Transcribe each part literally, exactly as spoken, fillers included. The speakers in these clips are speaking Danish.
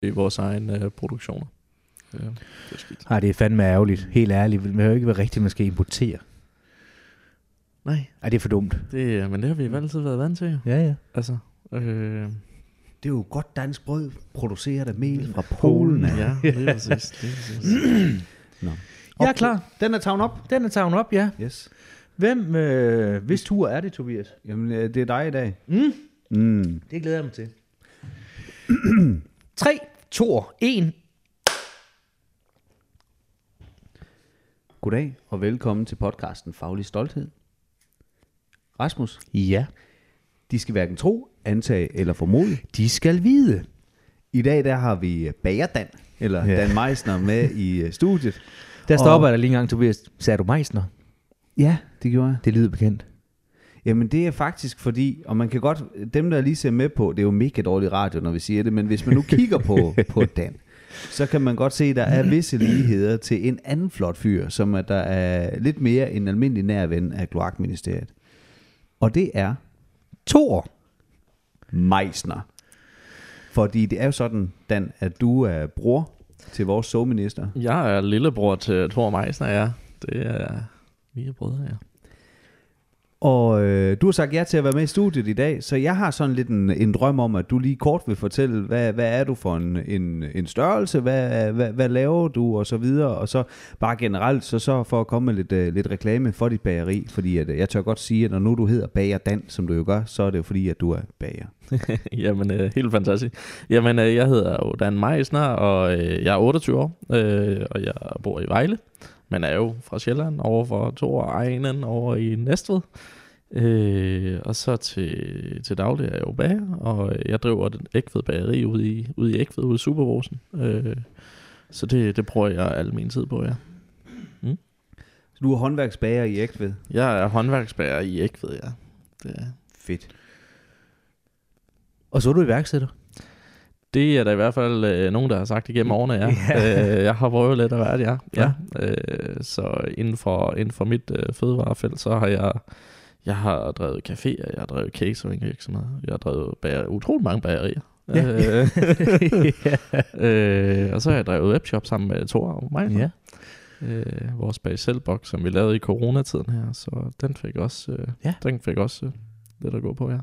i vores egen øh, produktioner. Ja, det er skidt. Ej, det er fandme ærgerligt. Helt ærligt. Man hører ikke, hvad rigtigt man skal importere. Nej. Ej, det er for dumt. Det, men det har vi jo altid været vant til. Ja, ja. Altså, øh, Det er jo godt dansk brød, produceret af mel fra Polen. ja, det er præcis. Det er præcis. Nå. Jeg er klar. Den er taget op. Den er taget op, ja. Yes. Hvem, øh, hvis tur er det, Tobias? Jamen, øh, det er dig i dag. Mm. Mm. Det glæder jeg mig til. tre, to, en. Goddag og velkommen til podcasten Faglig Stolthed. Rasmus, Ja. de skal hverken tro, antage eller formode. De skal vide. I dag der har vi Bager Dan, eller Ja. ja. Dan Meisner med i uh, studiet. Der stopper jeg dig lige en gang, Tobias. Sagde du Meisner? Ja, det gjorde jeg. Det lyder bekendt. Jamen det er faktisk fordi, og man kan godt, dem der lige ser med på, det er jo mega dårlig radio, når vi siger det, men hvis man nu kigger på, på Dan, så kan man godt se, at der er visse ligheder til en anden flot fyr, som at der er lidt mere en almindelig nær ven af Kloakministeriet. Og det er Thor. Meisner. Fordi det er jo sådan, Dan, at du er bror til vores sogminister. Jeg er lillebror til Thor Meisner, ja. Det er vi er brødre, ja. Og øh, du har sagt ja til at være med i studiet i dag, så jeg har sådan lidt en, en drøm om, at du lige kort vil fortælle, hvad, hvad er du for en, en, en størrelse, hvad, hvad, hvad laver du, og så videre, og så bare generelt, så så for at komme med lidt, uh, lidt reklame for dit bageri, fordi at, jeg tør godt sige, at når nu du hedder Bager Dan, som du jo gør, så er det jo fordi, at du er bager. Jamen, øh, helt fantastisk. Jamen, øh, jeg hedder jo Dan Meisner, og øh, jeg er otteogtyve år, øh, og jeg bor i Vejle. Men er jo fra Sjælland, over for Thor Ejnen, over i Næstved. Øh, og så til, til daglig er jeg jo bager, og jeg driver et Ægved bageri ude i, ude i Ægved, ude i Superbrugsen. Øh, så det, det bruger jeg al min tid på, ja. Mm. Så du er håndværksbager i Ægved? Jeg er håndværksbager i Ægved, ja. Det er fedt. Og så er du iværksætter. Det er der i hvert fald øh, nogen, der har sagt igennem årene, ja. Yeah. Øh, jeg har prøvet lidt at være det, ja. ja. Øh, så inden for, inden for mit øh, fødevarefelt, så har jeg, jeg har drevet caféer, jeg har drevet catering virksomheder, jeg har drevet bager, utroligt mange bagerier. Yeah. øh, øh, og så har jeg drevet webshop sammen med Thor og mig. Ja. Øh, vores bag selvboks, som vi lavede i coronatiden her, så den fik også, øh, ja. den fik også øh, lidt at gå på, ja.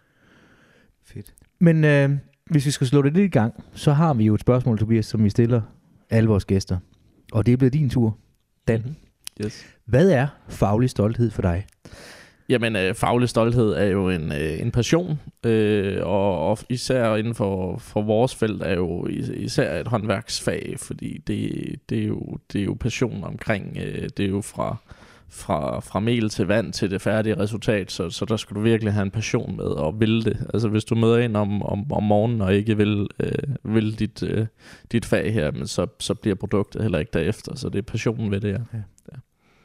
Fedt. Men øh, hvis vi skal slå det lidt i gang, så har vi jo et spørgsmål, Tobias, som vi stiller alle vores gæster. Og det er blevet din tur, Dan. Mm-hmm. Yes. Hvad er faglig stolthed for dig? Jamen, øh, faglig stolthed er jo en, øh, en passion, øh, og, og især inden for, for vores felt er jo især et håndværksfag, fordi det, det, er, jo, det er jo passion omkring, øh, det er jo fra, fra, fra mel til vand til det færdige resultat, så, så der skal du virkelig have en passion med at ville det. Altså hvis du møder ind om, om, om morgenen og ikke vil, øh, vil dit, øh, dit fag her, men så, så bliver produktet heller ikke derefter, så det er passionen ved det, ja. ja. ja.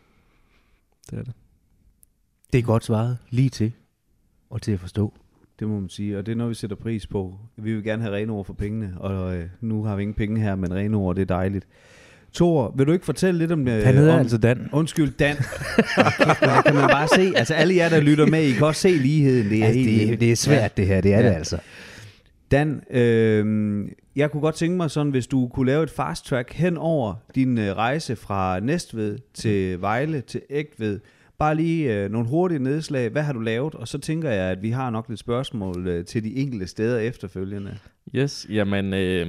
Det er det. Det er godt svaret, lige til og til at forstå. Det må man sige, og det er noget, vi sætter pris på. Vi vil gerne have rene ord for pengene, og øh, nu har vi ingen penge her, men rene ord, det er dejligt. Thor, vil du ikke fortælle lidt om... Øh, Han hedder om, altså Dan. Undskyld, Dan. Det kan man bare se. Altså alle jer, der lytter med, I kan også se ligheden. Det er, altså, helt, det, det er svært, ja. det her. Det er ja. det altså. Dan, øh, jeg kunne godt tænke mig sådan, hvis du kunne lave et fast track hen over din øh, rejse fra Næstved til Vejle til Ægved. Bare lige øh, nogle hurtige nedslag. Hvad har du lavet? Og så tænker jeg, at vi har nok lidt spørgsmål øh, til de enkelte steder efterfølgende. Yes, jamen, øh,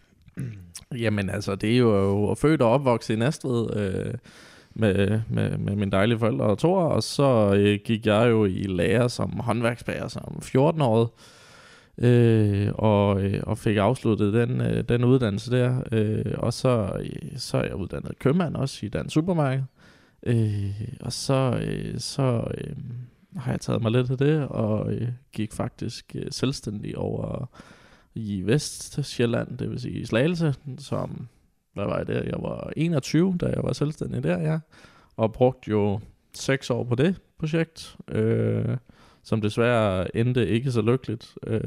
jamen altså, det er jo født og opvokset i Næstved øh, med, med, med mine dejlige forældre og Thor, og så øh, gik jeg jo i lære som håndværksbager som fjorten-årig, øh, og, øh, og fik afsluttet den, øh, den uddannelse der, øh, og så, øh, så er jeg uddannet købmand også i Dansk Supermarked. Øh, og så, øh, så øh, har jeg taget mig lidt af det, og øh, gik faktisk øh, selvstændig over i Vestsjælland, det vil sige i Slagelse, som, hvad var jeg der? Jeg var enogtyve, da jeg var selvstændig der, ja, og brugte jo seks år på det projekt, øh, som desværre endte ikke så lykkeligt. Øh,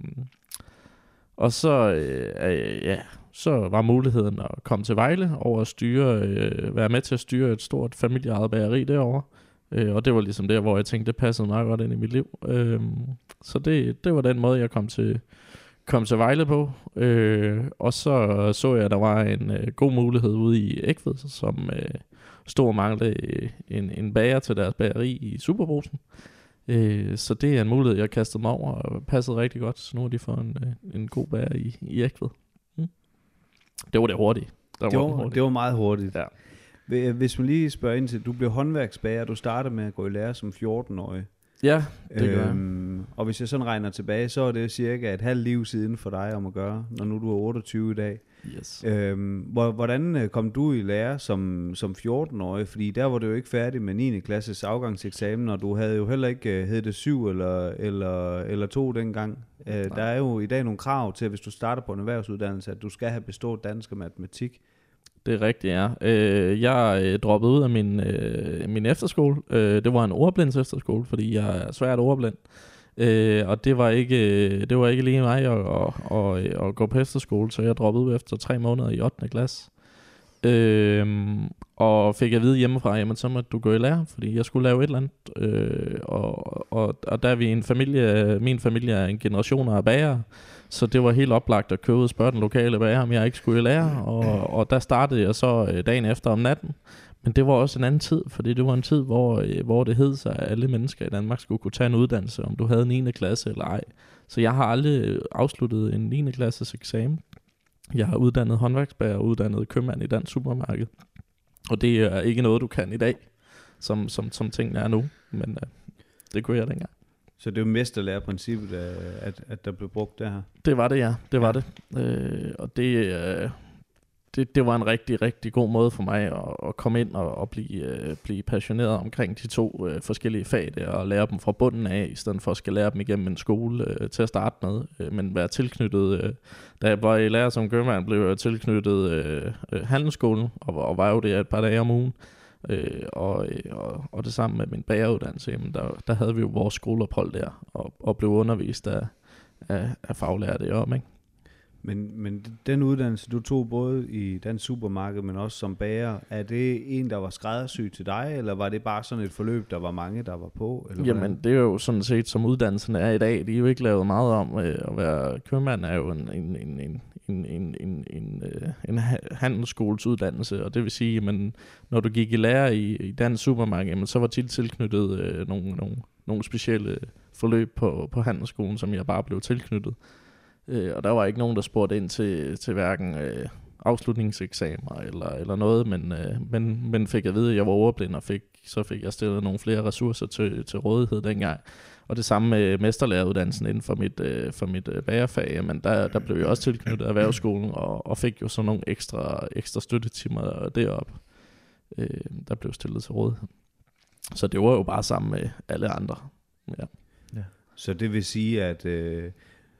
og så, øh, ja, så var muligheden at komme til Vejle over at styre, øh, være med til at styre et stort familieejet bageri derovre. Øh, og det var ligesom der, hvor jeg tænkte, det passede meget godt ind i mit liv. Øh, så det, det var den måde, jeg kom til, kom til Vejle på, øh, og så så jeg, at der var en øh, god mulighed ude i Egtved, som øh, stod og manglede en, en bager til deres bageri i Superbrusen. Øh, så det er en mulighed, jeg kastede mig over, og passede rigtig godt. Så nu har de fået en, en god bager i, i Egtved. Mm. Det var det hurtigt. Det var, hurtigt. Det var meget hurtigt. Ja. Hvis man lige spørger ind til, du blev håndværksbager, du startede med at gå i lære som fjorten-årig. Ja, det gør øhm, jeg. Og hvis jeg sådan regner tilbage, så er det cirka et halvt liv siden for dig om at gøre, når nu du er otteogtyve i dag. Yes. Øhm, hvordan kom du i lære som, som fjorten-årig? Fordi der var du jo ikke færdig med niende klasses afgangseksamen, og du havde jo heller ikke hed det syv eller, eller, eller to dengang. Øh, der er jo i dag nogle krav til, hvis du starter på en erhvervsuddannelse, at du skal have bestået dansk og matematik. Det er rigtigt, ja. Øh, jeg øh, droppede ud af min, øh, min efterskole. Øh, det var en ordblinds efterskole, fordi jeg er svært ordblind. Øh, og det var ikke det var ikke lige mig at, at, at, at gå på efterskole, så jeg droppede ud efter tre måneder i ottende klasse. Øh, og fik at vide hjemmefra, jamen så måtte du gå i lære, fordi jeg skulle lave et eller andet. Øh, og, og, og der er vi en familie, min familie er en generation af bager, så det var helt oplagt at købe og spørge den lokale bager, om jeg ikke skulle i lære. Og, og der startede jeg så dagen efter om natten. Men det var også en anden tid, fordi det var en tid, hvor, hvor det hed sig, at alle mennesker i Danmark skulle kunne tage en uddannelse, om du havde niende klasse eller ej. Så jeg har aldrig afsluttet en niende klasses eksamen. Jeg har uddannet håndværksbager og uddannet købmand i dansk supermarked. Og det er ikke noget, du kan i dag, som, som, som tingene er nu. Men uh, det kunne jeg dengang. Så det er jo mesterlæreprincippet, at, at der blev brugt det her? Det var det, ja. Det var det. Øh, og det, øh, det, det var en rigtig, rigtig god måde for mig at, at komme ind og, og blive, øh, blive passioneret omkring de to øh, forskellige fag der, og lære dem fra bunden af, i stedet for at skal lære dem igennem en skole øh, til at starte med, øh, men være tilknyttet. Øh, da jeg var i lærer som købmand, blev jeg tilknyttet øh, øh, handelsskolen, og, og var jo det et par dage om ugen. Øh, og, og, og det samme med min bageruddannelse, jamen der, der havde vi jo vores skoleophold der, og, og blev undervist af, af, af faglærte om, ikke? Men, men den uddannelse, du tog både i dansk supermarked, men også som bager, er det en, der var skræddersyet til dig, eller var det bare sådan et forløb, der var mange, der var på? Eller jamen, hvordan? det er jo sådan set, som uddannelsen er i dag. De er jo ikke lavet meget om. Øh, at være købmand er jo en, en, en, en, en, en, en, en, øh, en handelsskoleuddannelse, og det vil sige, at når du gik i lære i, i dansk supermarked, jamen, så var tit tilknyttet øh, nogle, nogle, nogle specielle forløb på, på handelsskolen, som jeg bare blev tilknyttet. Øh, og der var ikke nogen, der spurgte ind til, til hverken øh, afslutningseksamener eller, eller noget, men, øh, men, men fik at vide, at jeg var ordblind, og fik, så fik jeg stillet nogle flere ressourcer til, til rådighed dengang. Og det samme med mesterlæreruddannelsen inden for mit, øh, for mit øh, bagerfag, men der, der blev jeg også tilknyttet af erhvervsskolen, og, og fik jo så nogle ekstra, ekstra støttetimer deroppe, øh, der blev stillet til rådighed. Så det var jo bare sammen med alle andre. Ja. Ja. Så det vil sige, at... Øh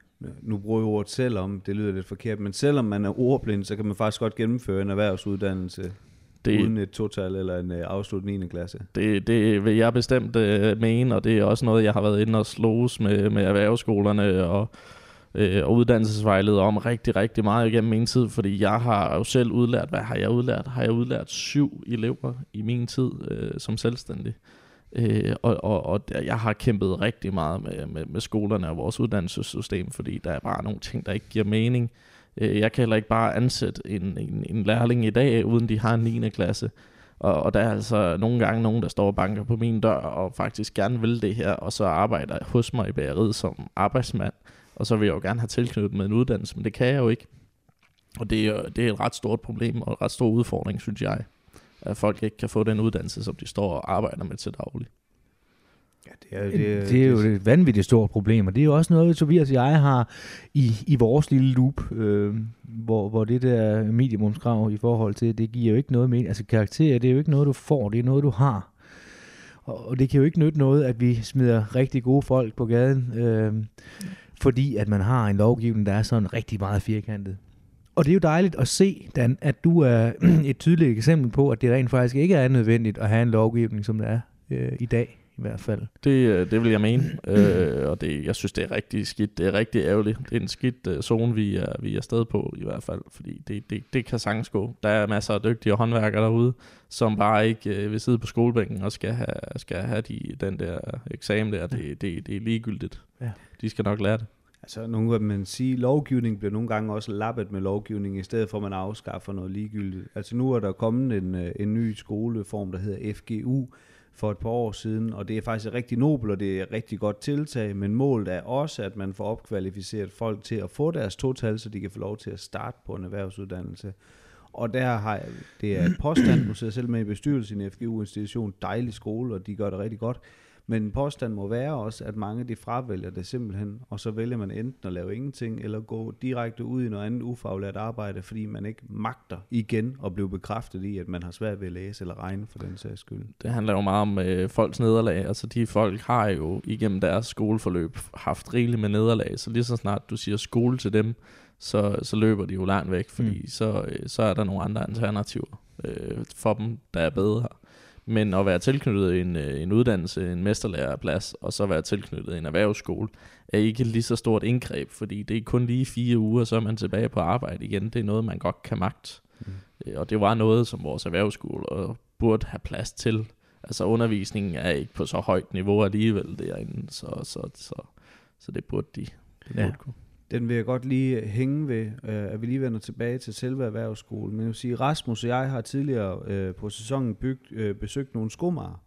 nu bruger jeg ordet selvom, det lyder lidt forkert, men selvom man er ordblind, så kan man faktisk godt gennemføre en erhvervsuddannelse det, uden et total eller en uh, afslut niende klasse. Det, det vil jeg bestemt uh, mene, og det er også noget, jeg har været inde og slås med, med erhvervsskolerne og, uh, og uddannelsesvejleder om rigtig, rigtig meget igennem min tid, fordi jeg har jo selv udlært, hvad har jeg udlært? Har jeg udlært syv elever i min tid uh, som selvstændig? Øh, og, og, og jeg har kæmpet rigtig meget med, med, med skolerne og vores uddannelsessystem, fordi der er bare nogle ting, der ikke giver mening. Øh, jeg kan heller ikke bare ansætte en, en, en lærling i dag, uden de har en niende klasse. Og, og der er altså nogle gange nogen, der står og banker på min dør og faktisk gerne vil det her, og så arbejder hos mig i bageriet som arbejdsmand. Og så vil jeg jo gerne have tilknyttet med en uddannelse, men det kan jeg jo ikke. Og det er, det er et ret stort problem og en ret stor udfordring, synes jeg. At folk ikke kan få den uddannelse, som de står og arbejder med til daglig. Ja, det, er, det, er, det er jo et vanvittigt stort problem, og det er jo også noget, Tobias og jeg har i, i vores lille loop, øh, hvor, hvor det der minimumskrav i forhold til, det giver jo ikke noget mening. Altså karakterer, det er jo ikke noget, du får, det er noget, du har. Og, og det kan jo ikke nytte noget, at vi smider rigtig gode folk på gaden, øh, fordi at man har en lovgivning, der er sådan rigtig meget firkantet. Og det er jo dejligt at se, Dan, at du er et tydeligt eksempel på, at det rent faktisk ikke er nødvendigt at have en lovgivning, som det er øh, i dag i hvert fald. Det, det vil jeg mene, øh, og det, jeg synes, det er rigtig skidt. Det er rigtig ærgerligt. Det er en skidt uh, zone, vi er, vi er stadig på i hvert fald, fordi det, det, det kan sagtens gå. Der er masser af dygtige håndværkere derude, som bare ikke øh, vil sidde på skolebænken og skal have, skal have de, den der eksamen der. Det, det, det er ligegyldigt. Ja. De skal nok lære det. Altså, nogle vil man sige, lovgivning bliver nogle gange også lappet med lovgivning, i stedet for at man afskaffer noget ligegyldigt. Altså, nu er der kommet en, en ny skoleform, der hedder F G U, for et par år siden, og det er faktisk rigtig nobel, og det er et rigtig godt tiltag, men målet er også, at man får opkvalificeret folk til at få deres total, så de kan få lov til at starte på en erhvervsuddannelse. Og der har jeg, det er et påstand, nu sidder jeg selv med i bestyrelsen i F G U-institution, dejlig skole, og de gør det rigtig godt. Men en påstand må være også, at mange de fravælger det simpelthen, og så vælger man enten at lave ingenting, eller gå direkte ud i noget andet ufaglært arbejde, fordi man ikke magter igen at blive bekræftet i, at man har svært ved at læse eller regne for den sags skyld. Det handler jo meget om øh, folks nederlag. Altså de folk har jo igennem deres skoleforløb haft rigeligt med nederlag, så lige så snart du siger skole til dem, så, så løber de jo langt væk, fordi mm. så, øh, så er der nogle andre alternativer øh, for dem, der er bedre. Men at være tilknyttet en, en uddannelse, en mesterlæreplads, og så være tilknyttet en erhvervsskole, er ikke lige så stort indgreb, fordi det er kun lige fire uger, så er man tilbage på arbejde igen. Det er noget, man godt kan magte. Mm. Og det var noget, som vores erhvervsskole burde have plads til. Altså undervisningen er ikke på så højt niveau alligevel derinde, så, så, så, så det burde de det ja. burde kunne. Den vil jeg godt lige hænge ved, øh, at vi lige vender tilbage til selve erhvervsskolen. Men jeg vil sige, Rasmus og jeg har tidligere øh, på sæsonen bygt, øh, besøgt nogle skomager.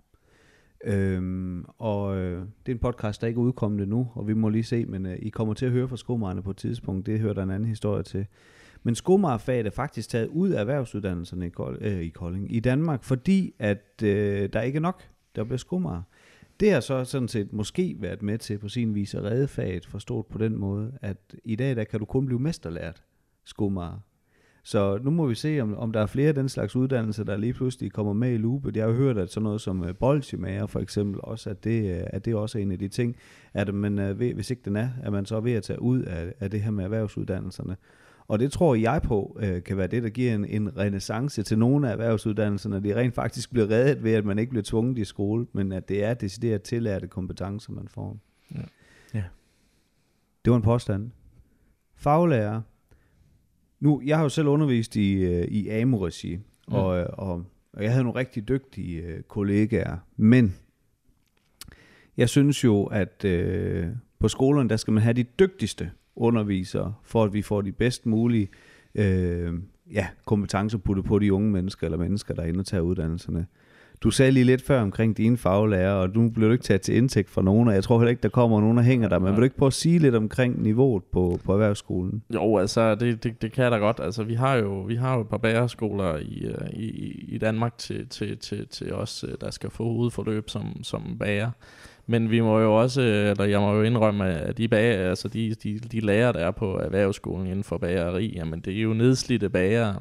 Øhm, og øh, det er en podcast, der ikke er udkommet endnu, og vi må lige se, men øh, I kommer til at høre fra skomagerne på et tidspunkt. Det hører der en anden historie til. Men skomagerfaget er faktisk taget ud af erhvervsuddannelserne i, Kold, øh, i Kolding, i Danmark, fordi at øh, der ikke er nok, der bliver skomager. Det har så sådan set måske været med til på sin vis at redde faget, forstået på den måde, at i dag der kan du kun blive mesterlært skomager. Så nu må vi se, om, om der er flere af den slags uddannelser, der lige pludselig kommer med i loopet. Jeg har jo hørt, at sådan noget som bolsjemager for eksempel, også at det, at det også er en af de ting, at man, hvis ikke den er, at man så er ved at tage ud af, af det her med erhvervsuddannelserne. Og det tror jeg på, øh, kan være det, der giver en, en renaissance til nogle af erhvervsuddannelserne. Det rent faktisk bliver reddet ved, at man ikke bliver tvunget i skole, men at det er decideret tillærte kompetencer, man får. Ja. Ja. Det var en påstand. Faglærer. Nu, jeg har jo selv undervist i, øh, i A M U-regi, mm. og, og, og jeg havde nogle rigtig dygtige øh, kollegaer, men jeg synes jo, at øh, på skolerne, der skal man have de dygtigste undervisere, for at vi får de bedst mulige øh, ja, kompetencer puttet på de unge mennesker, eller mennesker, der er inde og tager uddannelserne. Du sagde lige lidt før omkring dine faglærer, og nu bliver du ikke taget til indtægt fra nogen, og jeg tror heller ikke, der kommer nogen, der hænger der, men vil du ikke prøve at sige lidt omkring niveauet på, på erhvervsskolen? Jo, altså, det, det, det kan jeg da godt. Altså, vi har jo, vi har jo et par bagerskoler i, i, i Danmark til, til, til, til os, der skal få hovedforløb som, som bager. Men vi må jo også, eller jeg må jo indrømme, at de bager, altså de, de, de lærer, der er på erhvervsskolen inden for bageri, jamen det er jo nedslidte bager,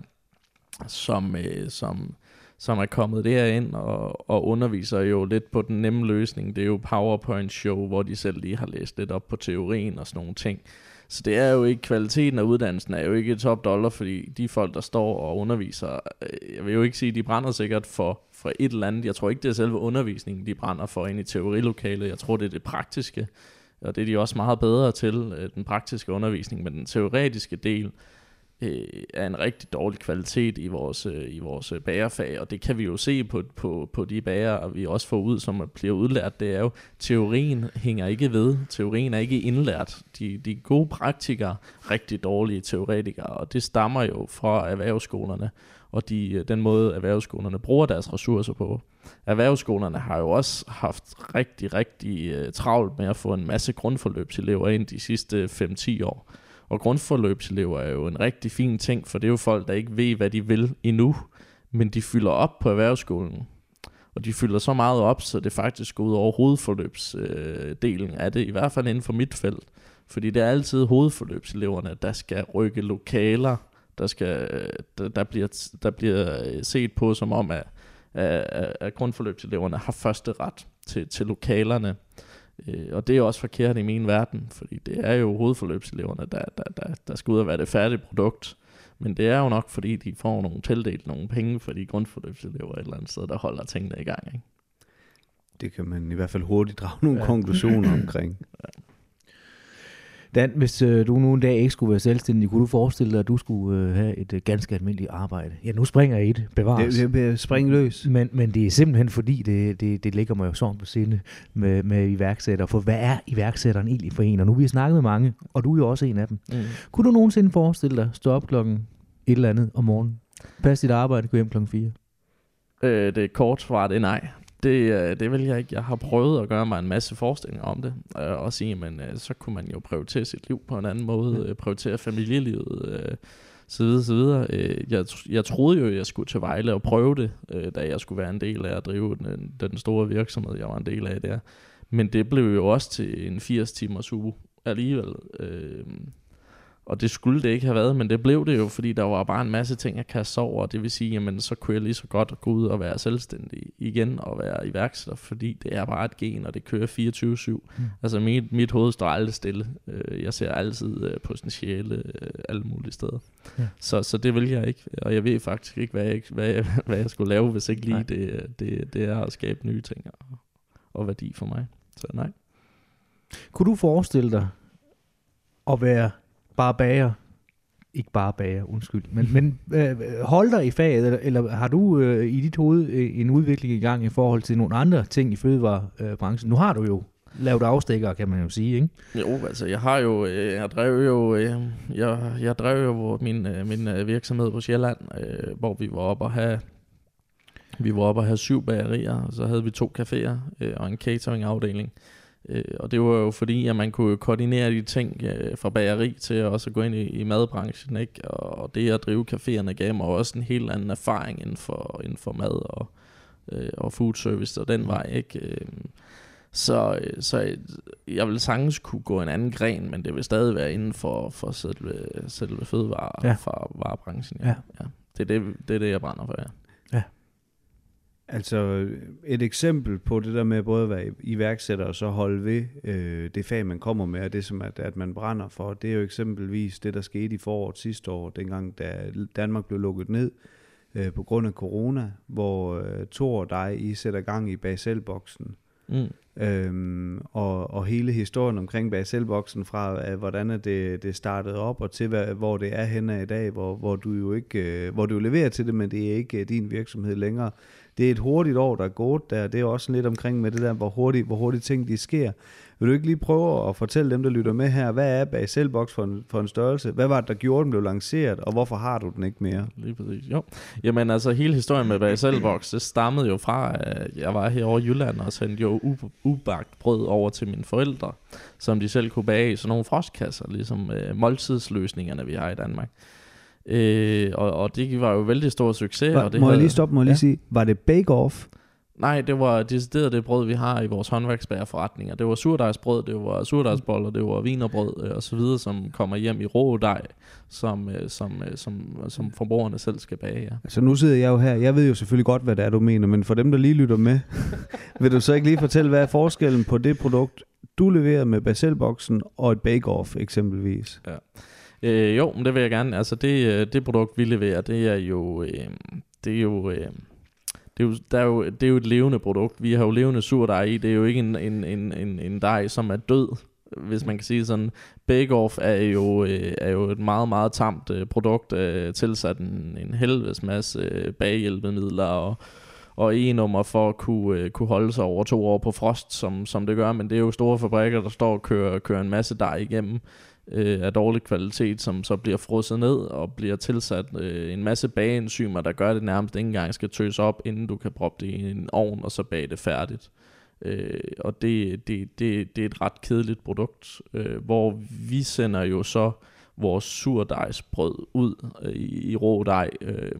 som, som, som er kommet derind og, og underviser jo lidt på den nemme løsning. Det er jo PowerPoint-show, hvor de selv lige har læst lidt op på teorien og sådan nogle ting. Så det er jo ikke, kvaliteten af uddannelsen er jo ikke top dollar, fordi de folk, der står og underviser, jeg vil jo ikke sige, at de brænder sikkert for, for et eller andet. Jeg tror ikke, det er selve undervisningen, de brænder for ind i teorilokalet. Jeg tror, det er det praktiske, og det er de også meget bedre til, den praktiske undervisning. Men den teoretiske del øh, er en rigtig dårlig kvalitet i vores, øh, i vores bagerfag, og det kan vi jo se på, på, på de bager, vi også får ud, som bliver udlært. Det er jo, teorien hænger ikke ved. Teorien er ikke indlært. De, de gode praktikere, rigtig dårlige teoretikere, og det stammer jo fra erhvervsskolerne, og de, den måde erhvervsskolerne bruger deres ressourcer på. Erhvervsskolerne har jo også haft rigtig, rigtig uh, travlt med at få en masse grundforløbselever ind de sidste fem til ti år. Og grundforløbselever er jo en rigtig fin ting, for det er jo folk, der ikke ved, hvad de vil endnu, men de fylder op på erhvervsskolen. Og de fylder så meget op, så det faktisk går ud over hovedforløbsdelen af det, i hvert fald inden for mit felt. Fordi det er altid hovedforløbseleverne, der skal rykke lokaler, der, skal, der, der, bliver, der bliver set på som om, at, at, at grundforløbseleverne har første ret til, til lokalerne. Og det er også forkert i min verden, fordi det er jo hovedforløbseleverne, der, der, der, der skal ud og være det færdige produkt. Men det er jo nok, fordi de får nogle tildelt nogle penge for de grundforløbselever et eller andet sted, der holder tingene i gang. Ikke? Det kan man i hvert fald hurtigt drage nogle ja. konklusioner omkring. Ja. Dan, hvis øh, du nu en dag ikke skulle være selvstændig, kunne du forestille dig, at du skulle øh, have et øh, ganske almindeligt arbejde? Ja, nu springer jeg i det, bevares. Det, det spring løs. Men, men det er simpelthen fordi, det, det, det ligger mig jo sådan på sinde med, med iværksættere. For hvad er iværksætteren egentlig for en? Og nu har vi snakket med mange, og du er jo også en af dem. Mm. Kunne du nogensinde forestille dig, stå op klokken et eller andet om morgenen, passe dit arbejde, gå hjem klokken fire? Øh, det er kort svar, det er nej. Det, det vil jeg ikke. Jeg har prøvet at gøre mig en masse forestillinger om det. Øh, og sige, men øh, så kunne man jo prioritere sit liv på en anden måde. Øh, prioritere familielivet. Øh, så videre, så videre. Øh, jeg, jeg troede jo, at jeg skulle til Vejle og prøve det, øh, da jeg skulle være en del af at drive den, den store virksomhed, jeg var en del af der. Men det blev jo også til en firs timers uge alligevel. Øh, Og det skulle det ikke have været, men det blev det jo, fordi der var bare en masse ting at kaste over. Det vil sige, jamen så kunne jeg lige så godt gå ud og være selvstændig igen og være iværksætter, fordi det er bare et gen, og det kører fireogtyve syv. Mm. Altså mit, mit hoved står aldrig stille. Jeg ser altid potentiale alle mulige steder. Ja. Så, så det vil jeg ikke, og jeg ved faktisk ikke, hvad jeg, hvad jeg, hvad jeg skulle lave, hvis ikke lige det, det, det er at skabe nye ting og, og værdi for mig. Så nej. Kunne du forestille dig at være bare bager, ikke bare bager, undskyld, men, men øh, hold dig i faget, eller, eller har du øh, i dit hoved øh, en udvikling i gang i forhold til nogle andre ting i fødevarebranchen? Nu har du jo lavet afstikker, kan man jo sige, ikke? Jo, altså jeg har jo, øh, jeg drev jo, øh, jeg, jeg drev jo min, øh, min øh, virksomhed på Sjælland, øh, hvor vi var oppe og have, vi var oppe og have syv bagerier, og så havde vi to caféer øh, og en cateringafdeling. Øh, og det var jo fordi, at man kunne koordinere de ting øh, fra bageri til også at gå ind i, i madbranchen, ikke? Og det at drive caféerne gav mig også en helt anden erfaring inden for, inden for mad og, øh, og food service og den vej, ikke? Øh, så, så jeg vil sagtens kunne gå en anden gren, men det vil stadig være inden for, for selve, selve fødevare ja. fra varebranchen. Ja. Ja. Ja. Det, er det, det er det, jeg brænder for, ja. Ja. Altså et eksempel på det der med både at være iværksætter og så holde ved øh, det fag, man kommer med, og det som at, at man brænder for, det er jo eksempelvis det, der skete i foråret sidste år, dengang da Danmark blev lukket ned øh, på grund af corona, hvor øh, Thor og dig, I sætter gang i bag selv-boksen. Mm. Øhm, og, og hele historien omkring bag selv-boksen fra, øh, hvordan det, det startede op, og til hvad, hvor det er henne i dag, hvor, hvor du jo ikke, øh, hvor du leverer til det, men det er ikke øh, din virksomhed længere. Det er et hurtigt år, der er gået der. Det er også lidt omkring med det der, hvor hurtigt, hvor hurtigt ting de sker. Vil du ikke lige prøve at fortælle dem, der lytter med her, hvad er bag selv-boks for en, for en størrelse? Hvad var det, der gjorde, den blev lanceret, og hvorfor har du den ikke mere? Lige præcis, jo. Jamen altså, hele historien med bag selv-boks, det stammede jo fra, at jeg var herovre i Jylland, og sendte jo ubagt brød over til mine forældre, som de selv kunne bage i sådan nogle frostkasser, ligesom øh, måltidsløsningerne, vi har i Danmark. Øh, og, og det var jo vældig stor succes. Var, og det må havde, jeg lige stoppe, må jeg lige ja. sige, var det bake-off? Nej, det var decideret det brød, vi har i vores håndværksbagerforretninger. Det var surdejsbrød, det var surdejsboller, det var wienerbrød øh, og så videre, som kommer hjem i rå dej, som, øh, som, øh, som, som forbrugerne selv skal bage. Ja. Altså nu sidder jeg jo her, jeg ved jo selvfølgelig godt, hvad det er, du mener, men for dem, der lige lytter med, vil du så ikke lige fortælle, hvad er forskellen på det produkt, du leverer med bag selv-boksen og et bake-off eksempelvis? Ja. Øh, jo, men det vil jeg gerne. Altså det, det produkt, vi leverer, det er jo, øh, det er jo, øh, det er jo, der er jo, det er jo et levende produkt. Vi har jo levende surdej i. Det er jo ikke en, en, en, en, en dej, som er død, hvis man kan sige sådan. Bake-off er jo, øh, er jo et meget, meget tamt øh, produkt, øh, tilsat en, en helvedes masse øh, baghjælpemidler og og e-nummer for at kunne, øh, kunne holde sig over to år på frost, som, som det gør. Men det er jo store fabrikker, der står og kører, kører en masse dej igennem øh, af dårlig kvalitet, som så bliver frosset ned og bliver tilsat øh, en masse bageenzymer, der gør det nærmest ikke engang skal tøse op, inden du kan proppe det i en ovn og så bage det færdigt. Øh, og det, det, det, det er et ret kedeligt produkt, øh, hvor vi sender jo så vores surdejsbrød ud øh, i, i rå dej, øh,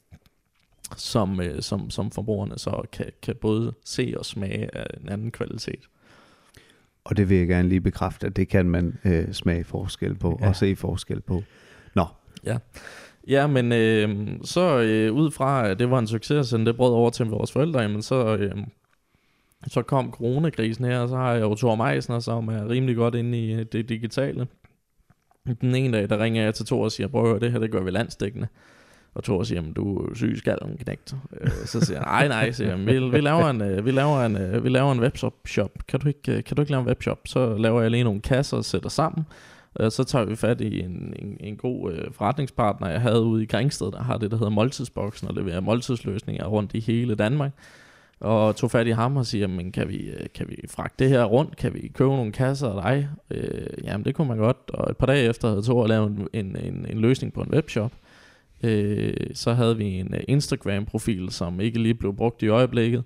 som, øh, som, som forbrugerne så kan, kan både se og smage af en anden kvalitet. Og det vil jeg gerne lige bekræfte, at det kan man øh, smage forskel på, ja. Og se forskel på. Nå. Ja, ja men øh, så øh, ud fra, at det var en succes at sende det brød over til vores forældre, jamen så, øh, så kom coronakrisen her, og så har jeg jo Thor Meisner, som er rimelig godt inde i det digitale. Den ene dag, der ringer jeg til Thor og siger, prøv at høre, det her, det gør vi landsdækkende. Og Thor siger, men du er syg i skallen, knægt. Øh, så siger han, nej, nej, siger han, vi, vi, laver en, vi, laver en, vi laver en webshop. Kan du, ikke, kan du ikke lave en webshop? Så laver jeg lige nogle kasser og sætter sammen. Og så tager vi fat i en, en, en god øh, forretningspartner, jeg havde ude i Grængsted, der har det, der hedder Måltidsboksen, og leverer måltidsløsninger rundt i hele Danmark. Og tog fat i ham og siger, men kan vi, kan vi fragte det her rundt? Kan vi købe nogle kasser af dig? Øh, jamen det kunne man godt. Og et par dage efter havde Thor lavet en, en, en løsning på en webshop. Øh, så havde vi en Instagram-profil, som ikke lige blev brugt i øjeblikket.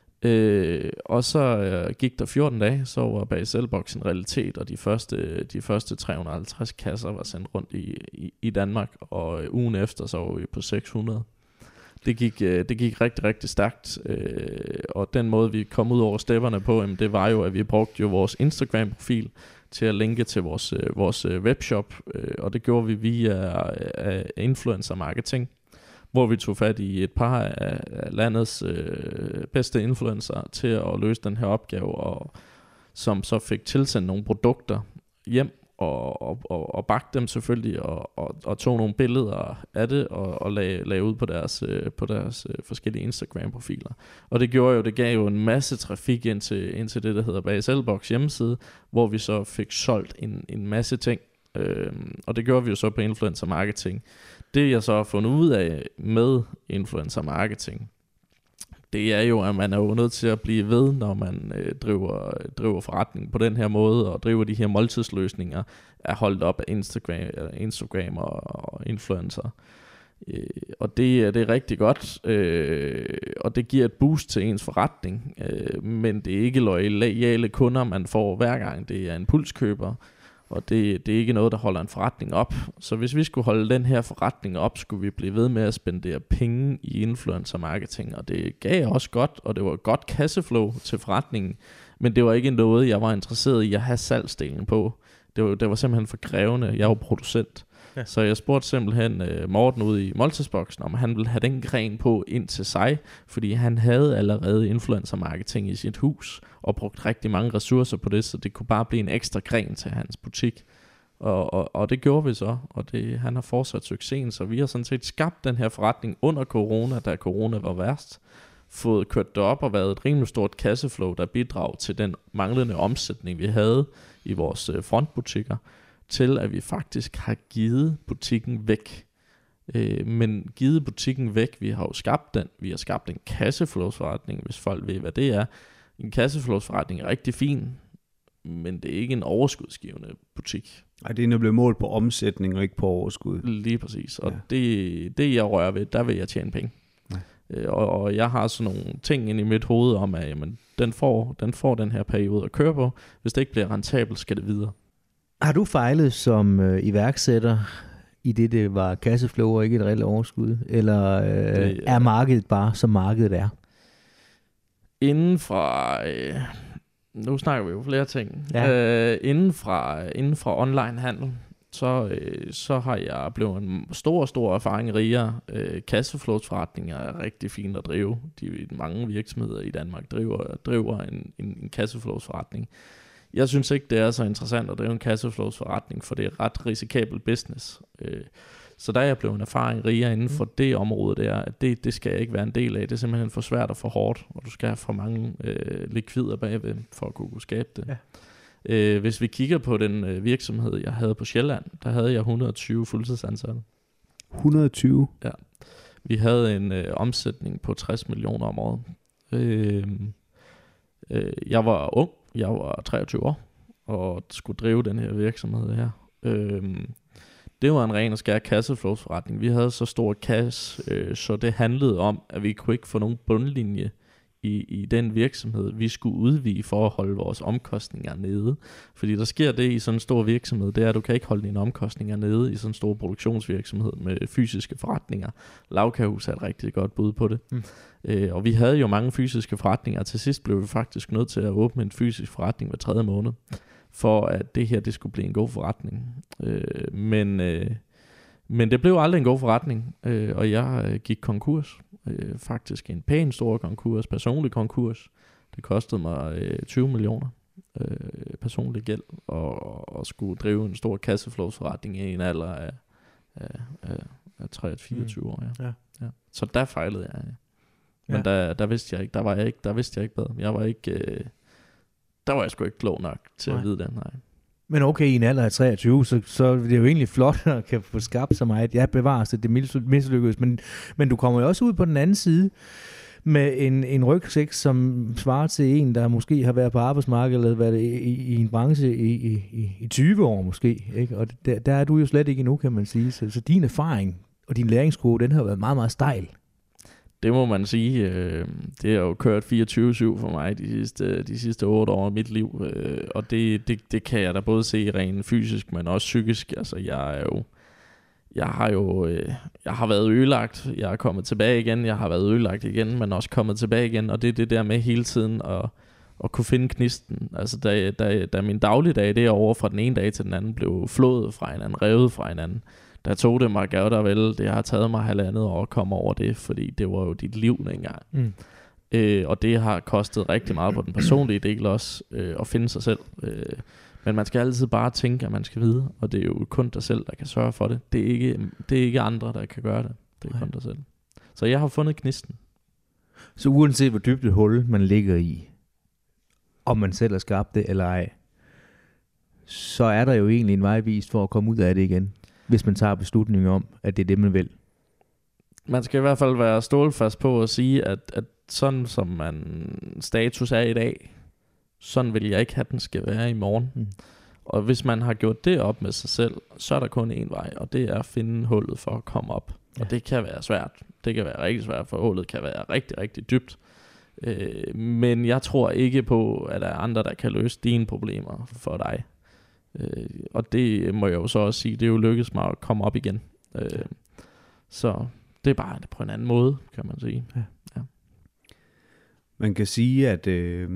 Øh, og så øh, gik der fjorten dage, så var B S L-boks en realitet, og de første, de første tre hundrede og halvtreds kasser var sendt rundt i, i, i Danmark, og øh, ugen efter så var vi på seks hundrede. Det gik, øh, det gik rigtig, rigtig stærkt, øh, og den måde vi kom ud over stepperne på, jamen, det var jo, at vi brugte jo vores Instagram-profil til at linke til vores, øh, vores øh, webshop, øh, og det gjorde vi via øh, influencer marketing, hvor vi tog fat i et par af, af landets øh, bedste influencer til at løse den her opgave, og som så fik tilsendt nogle produkter hjem, og, og, og, og bagte dem selvfølgelig, og, og, og tog nogle billeder af det, og, og lagde, lagde ud på deres, øh, på deres øh, forskellige Instagram-profiler. Og det gjorde jo, det gav jo en masse trafik ind til, ind til det, der hedder B S L-boks hjemmeside, hvor vi så fik solgt en, en masse ting. Øh, og det gjorde vi jo så på influencer marketing. Det jeg så har fundet ud af med influencer marketing, det er jo, at man er jo nødt til at blive ved, når man øh, driver, driver forretning på den her måde, og driver de her måltidsløsninger, er holdt op af Instagram, Instagram og, og influencer. Øh, og det, det er rigtig godt, øh, og det giver et boost til ens forretning, øh, men det er ikke loyale kunder, man får hver gang. Det er impulskøber, og det, det er ikke noget, der holder en forretning op. Så hvis vi skulle holde den her forretning op, skulle vi blive ved med at spendere penge i influencer marketing, og det gav også godt, og det var et godt kasseflow til forretningen, men det var ikke noget, jeg var interesseret i at have salgsdelen på. Det var, det var simpelthen for krævende. Jeg var producent. Ja. Så jeg spurgte simpelthen uh, Morten ude i Måltidsboksen, om han ville have den gren på ind til sig, fordi han havde allerede influencer marketing i sit hus, og brugt rigtig mange ressourcer på det, så det kunne bare blive en ekstra gren til hans butik. Og, og, og det gjorde vi så, og det, han har fortsat succesen, så vi har sådan set skabt den her forretning under corona, da corona var værst, fået kørt det op og været et rimelig stort kasseflow, der bidrag til den manglende omsætning, vi havde i vores uh, frontbutikker, til at vi faktisk har givet butikken væk. Øh, men givet butikken væk, vi har jo skabt den, vi har skabt en kasseflowsforretning, hvis folk ved, hvad det er. En kasseflowsforretning er rigtig fin, men det er ikke en overskudsgivende butik. Ej, det er blevet målt på omsætning og ikke på overskud. Lige præcis, og ja. det, det jeg rører ved, der vil jeg tjene penge. Ja. Øh, og, og jeg har sådan nogle ting inde i mit hoved om, at jamen, den, får, den får den her periode at køre på. Hvis det ikke bliver rentabelt, skal det videre. Har du fejlet som øh, iværksætter, i det det var kasseflow og ikke et reelt overskud? Eller øh, det, er markedet bare, som markedet er? Inden fra... Øh, nu snakker vi jo flere ting. Ja. Øh, inden, fra, inden fra onlinehandel, så, øh, så har jeg blevet en stor, stor erfaring rigere. Øh, kasseflowsforretninger er rigtig fint at drive. De mange virksomheder i Danmark driver, driver en, en, en kasseflowsforretning. Jeg synes ikke, det er så interessant at drive en kasseflowsforretning, for det er ret risikabel business. Øh, så der er jeg blevet en erfaring rigere inden for det område der, at det, det skal jeg ikke være en del af. Det er simpelthen for svært og for hårdt, og du skal have for mange øh, likvider bagved, for at kunne skabe det. Ja. Øh, hvis vi kigger på den øh, virksomhed, jeg havde på Sjælland, der havde jeg et hundrede og tyve fuldtidsansatte. et hundrede og tyve? Ja. Vi havde en øh, omsætning på tres millioner om året. Øh, øh, jeg var ung. Jeg var treogtyve år og skulle drive den her virksomhed her. Øhm, det var en ren og skær kasseflowsforretning. Vi havde så stor kasse, øh, så det handlede om, at vi kunne ikke få nogen bundlinje i, i den virksomhed. Vi skulle udvide for at holde vores omkostninger nede. Fordi der sker det i sådan en stor virksomhed, det er, at du kan ikke holde dine omkostninger nede i sådan en stor produktionsvirksomhed med fysiske forretninger. Lavkagehus er et rigtig godt bud på det. Mm. Øh, og vi havde jo mange fysiske forretninger, og til sidst blev vi faktisk nødt til at åbne en fysisk forretning hver tredje måned, for at det her det skulle blive en god forretning. Øh, men, øh, men det blev aldrig en god forretning, øh, og jeg øh, gik konkurs. Øh, faktisk en pæn stor konkurs, personlig konkurs. Det kostede mig øh, tyve millioner øh, personlig gæld, og, og skulle drive en stor kasseflowsforretning i en alder af, af, af, af treogtyve til fireogtyve mm. år. Ja. Ja. Ja. Så der fejlede jeg. Ja. Men ja. der, der vidste jeg ikke, der var jeg ikke, der vidste jeg ikke bedre. Jeg var ikke, øh, der var jeg sgu ikke klog nok til nej. At vide det, nej. Men okay, i en alder af treogtyve, så, så er det jo egentlig flot at kan få skabt så meget. Ja, bevares det, det mislykkedes, men, men du kommer jo også ud på den anden side med en, en rygsæk, som svarer til en, der måske har været på arbejdsmarkedet eller været i, i, i en branche i, i, i tyve år måske. Ikke? Og der, der er du jo slet ikke endnu, kan man sige. Så, så din erfaring og din læringskurve, den har været meget, meget stejl. Det må man sige. Øh, det har jo kørt fireogtyve syv for mig de sidste, de sidste otte år af mit liv. Øh, og det, det, det kan jeg da både se rent fysisk, men også psykisk. Altså, jeg er jo... Jeg har jo øh, jeg har været ødelagt. Jeg er kommet tilbage igen. Jeg har været ødelagt igen, men også kommet tilbage igen. Og det er det der med hele tiden at, at kunne finde knisten. Altså, da, da, da min dagligdag derovre fra den ene dag til den anden blev flået fra hinanden, revet fra hinanden, der tog det mig gav der vel. Det har taget mig halvandet år at komme over det, fordi det var jo dit liv dengang. Mm. Øh, og det har kostet rigtig meget på den personlige del også, øh, at finde sig selv. Øh, men man skal altid bare tænke, at man skal vide, og det er jo kun dig selv, der kan sørge for det. Det er ikke, det er ikke andre, der kan gøre det. Det er Nej. kun dig selv. Så jeg har fundet knisten. Så uanset hvor dybt et hul man ligger i, om man selv har skabt det eller ej, så er der jo egentlig en vej vist for at komme ud af det igen, hvis man tager beslutningen om, at det er det, man vil. Man skal i hvert fald være stålfast på at sige, at, at sådan som man status er i dag, sådan vil jeg ikke have, den skal være i morgen. Mm. Og hvis man har gjort det op med sig selv, så er der kun én vej, og det er at finde hullet for at komme op. Ja. Og det kan være svært. Det kan være rigtig svært, for hullet kan være rigtig, rigtig dybt. Øh, men jeg tror ikke på, at der er andre, der kan løse dine problemer for dig. Øh, og det må jeg jo så også sige, det er jo lykkedes mig at komme op igen. Øh, så det er bare på en anden måde, kan man sige. Ja. Ja. Man kan sige, at øh,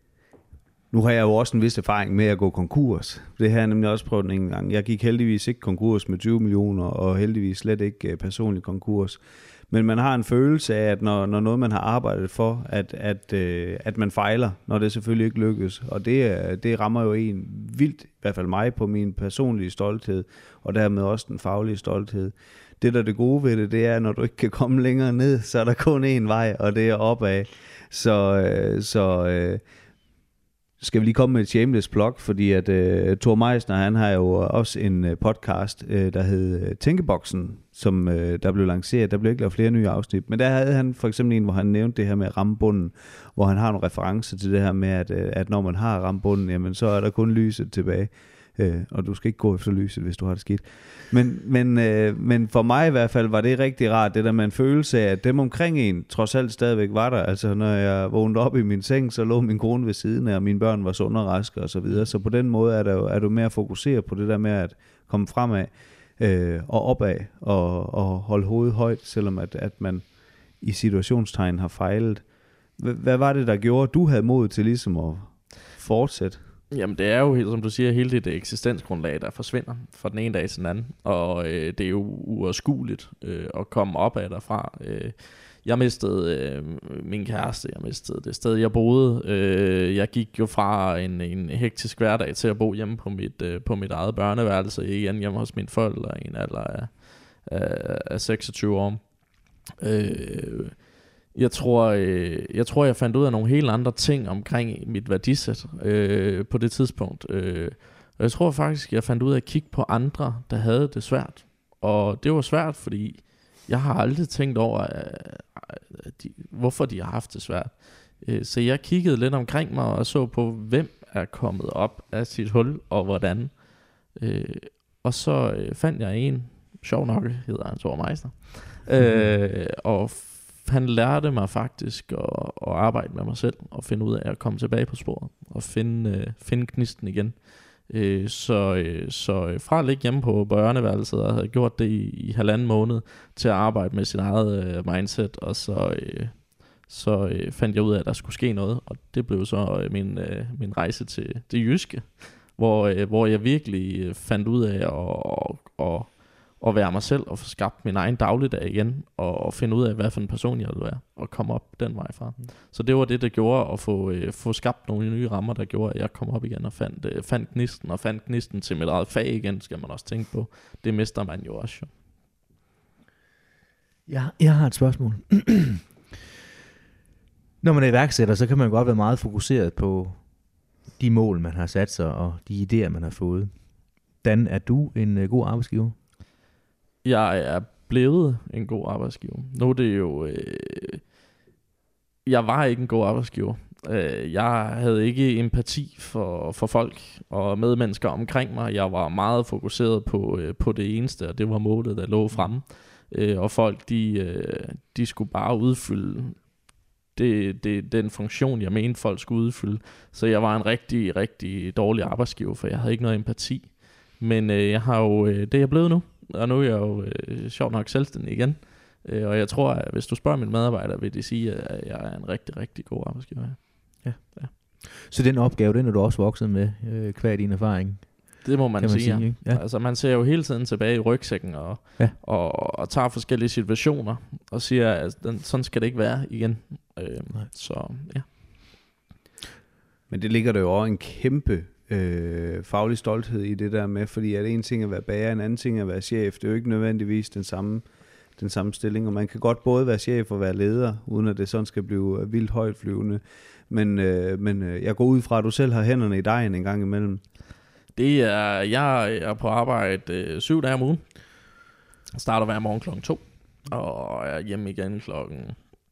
nu har jeg jo også en vis erfaring med at gå konkurs. Det har jeg nemlig også prøvet en gang. Jeg gik heldigvis ikke konkurs med tyve millioner, og heldigvis slet ikke personlig konkurs. Men man har en følelse af, at når, når noget man har arbejdet for, at, at, øh, at man fejler, når det selvfølgelig ikke lykkes. Og det, det rammer jo en vildt, i hvert fald mig, på min personlige stolthed, og dermed også den faglige stolthed. Det der er det gode ved det, det er, at når du ikke kan komme længere ned, så er der kun én vej, og det er opad. Så, øh, så øh, skal vi lige komme med et shameless plug, fordi at øh, Thor Meisner, han har jo også en øh, podcast, øh, der hed Tænkeboksen, som øh, der blev lanceret. Der blev ikke lavet flere nye afsnit, men der havde han for eksempel en, hvor han nævnte det her med at ramme bunden, hvor han har nogle referencer til det her med, at, øh, at når man har ramt bunden, jamen så er der kun lyset tilbage. Øh, og du skal ikke gå efter lyset, hvis du har det skidt. Men, men, øh, men for mig i hvert fald var det rigtig rart, det der med en følelse af, at dem omkring en trods alt stadigvæk var der. Altså når jeg vågnede op i min seng, så lå min kone ved siden af, og mine børn var sunde og raske og så videre. Så på den måde er, der jo, er du mere fokuseret på det der med at komme fremad øh, og opad og, og holde hovedet højt, selvom at, at man i situationstegn har fejlet. H- hvad var det, der gjorde, at du havde mod til ligesom at fortsætte? Jamen det er jo, som du siger, hele det eksistensgrundlag, der forsvinder fra den ene dag til den anden. Og øh, det er jo uoverskueligt øh, at komme op af derfra. Øh, jeg mistede øh, min kæreste, jeg mistede det sted, jeg boede. Øh, jeg gik jo fra en, en hektisk hverdag til at bo hjemme på mit, øh, på mit eget børneværelse, igen hjemme hos mine forældre i en alder af, af, af seksogtyve år. Øh, Jeg tror, øh, jeg tror, jeg fandt ud af nogle helt andre ting omkring mit værdisæt øh, på det tidspunkt. Øh, og jeg tror faktisk, jeg fandt ud af at kigge på andre, der havde det svært. Og det var svært, fordi jeg har aldrig tænkt over, øh, de, hvorfor de har haft det svært. Øh, så jeg kiggede lidt omkring mig og så på, hvem er kommet op af sit hul og hvordan. Øh, og så øh, fandt jeg en, sjov nok hedder han Thor Meisner, øh, og han lærte mig faktisk at, at arbejde med mig selv og finde ud af at komme tilbage på sporet og finde, øh, finde knisten igen. Øh, så, øh, så fra at ligge hjemme på børneværelset og havde gjort det i, i halvanden måned til at arbejde med sit eget øh, mindset, og så, øh, så øh, fandt jeg ud af, at der skulle ske noget, og det blev så øh, min, øh, min rejse til det jyske, hvor, øh, hvor jeg virkelig fandt ud af at, at, at være mig selv og få skabt min egen dagligdag igen, og, og finde ud af, hvad for en person jeg ville være, og komme op den vej fra. Mm. Så det var det, der gjorde at få, øh, få skabt nogle nye rammer, der gjorde, at jeg kom op igen og fandt, øh, fandt gnisten, og fandt gnisten til mit eget fag igen, skal man også tænke på. Det mister man jo også. Jo. Ja, jeg har et spørgsmål. Når man er iværksætter, så kan man godt være meget fokuseret på de mål, man har sat sig, og de idéer, man har fået. Dan, er du en uh, god arbejdsgiver? Jeg er blevet en god arbejdsgiver. Nu er det jo... Øh, jeg var ikke en god arbejdsgiver. Øh, jeg havde ikke empati for, for folk og medmennesker omkring mig. Jeg var meget fokuseret på, øh, på det eneste, og det var målet, der lå fremme. Øh, og folk, de, øh, de skulle bare udfylde det, det, den funktion, jeg mente, folk skulle udfylde. Så jeg var en rigtig, rigtig dårlig arbejdsgiver, for jeg havde ikke noget empati. Men øh, jeg har jo, øh, det er jeg blevet nu, og nu er jeg jo øh, sjovt nok selvstændig igen. Øh, og jeg tror, at hvis du spørger mine medarbejdere, vil de sige, at jeg er en rigtig, rigtig god arbejdsgiver. Ja. Ja. Så den opgave, den er du også vokset med, øh, hver din erfaring? Det må man, man sige, sige ja. Ja. Altså man ser jo hele tiden tilbage i rygsækken og, ja. og, og tager forskellige situationer og siger, at den, sådan skal det ikke være igen. Øh, så ja. Men det ligger der jo også en kæmpe øh, faglig stolthed i det der med, fordi at en ting er at være bager, en anden ting er at være chef. Det er jo ikke nødvendigvis den samme, den samme stilling, og man kan godt både være chef og være leder, uden at det sådan skal blive vildt højt flyvende. Men, øh, men øh, jeg går ud fra, at du selv har hænderne i dejen en gang imellem. Det er, jeg er på arbejde øh, syv dage om ugen. Jeg starter hver morgen klokken to, og er hjemme igen klokken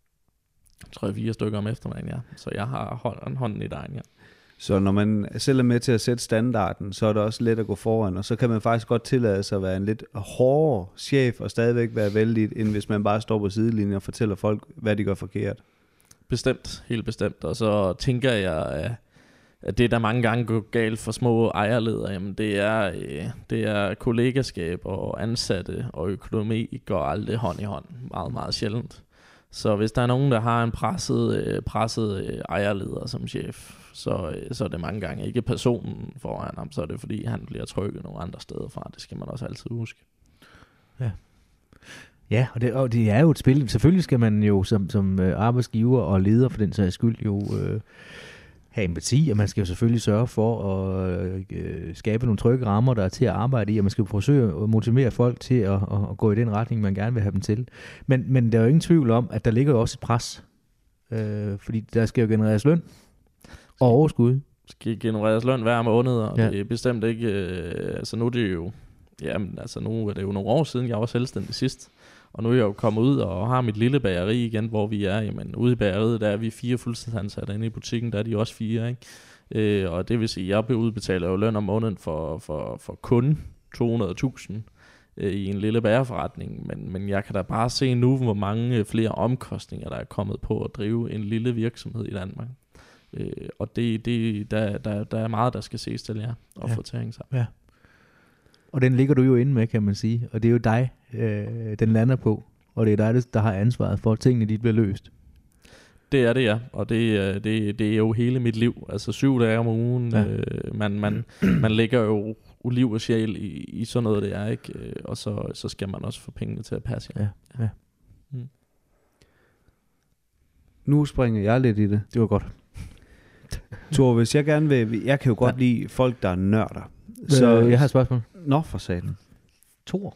tre fire stykker om eftermiddagen, ja. Så jeg har hold, hånden i dejen, ja. Så når man selv er med til at sætte standarden, så er det også let at gå foran, og så kan man faktisk godt tillade sig at være en lidt hårdere chef, og stadigvæk være vældig, end hvis man bare står på sidelinjen og fortæller folk, hvad de gør forkert. Bestemt, helt bestemt. Og så tænker jeg, at at det der mange gange går galt for små ejerledere, jamen det er, øh, det er kollegaskab og ansatte og økonomi går aldrig hånd i hånd, meget, meget sjældent. Så hvis der er nogen, der har en presset, øh, presset øh, ejerleder som chef, så, øh, så er det mange gange ikke personen foran ham, så er det fordi, han bliver trykket nogle andre steder fra. Det skal man også altid huske. Ja. Ja, og det, og det er jo et spil. Selvfølgelig skal man jo som, som øh, arbejdsgiver og leder for den sags skyld jo øh, have empati, og man skal jo selvfølgelig sørge for at øh, skabe nogle trygge rammer, der er til at arbejde i, og man skal jo forsøge at motivere folk til at, at, at gå i den retning, man gerne vil have dem til. Men, men der er jo ingen tvivl om, at der ligger jo også et pres, øh, fordi der skal jo genereres løn og overskud. Skal genereres løn hver måned, og ja. Det er bestemt ikke, øh, altså nu er det jo, jamen altså nu er det jo nogle år siden, jeg var selvstændig sidst. Og nu er jeg jo kommet ud og har mit lille bageri igen, hvor vi er. Jamen, ude i bageriet, der er vi fire fuldtidsansatte. Inde i butikken, der er de også fire, ikke? Øh, og det vil sige, at jeg udbetaler jo løn om måneden for, for, for kun to hundrede tusind øh, i en lille bagerforretning. Men, men jeg kan da bare se nu, hvor mange flere omkostninger, der er kommet på at drive en lille virksomhed i Danmark. Øh, og det, det, der, der, der er meget, der skal ses til jer og ja. Få til at hænge sammen. Ja. Og den ligger du jo inde med, kan man sige. Og det er jo dig, øh, den lander på. Og det er dig, der har ansvaret for, at tingene de bliver løst. Det er det, ja. Og det, det, det er jo hele mit liv. Altså syv dage om ugen. Ja. Øh, man, man, man lægger jo liv og sjæl i, i sådan noget, det er, ikke? Og så, så skal man også få pengene til at passe. Ja, ja. ja. Mm. Nu springer jeg lidt i det. Det var godt. Thor, hvis jeg gerne vil... Jeg kan jo godt ja. lide folk, der er nørder. Så øh, jeg har et spørgsmål. Nå, for satan. Thor.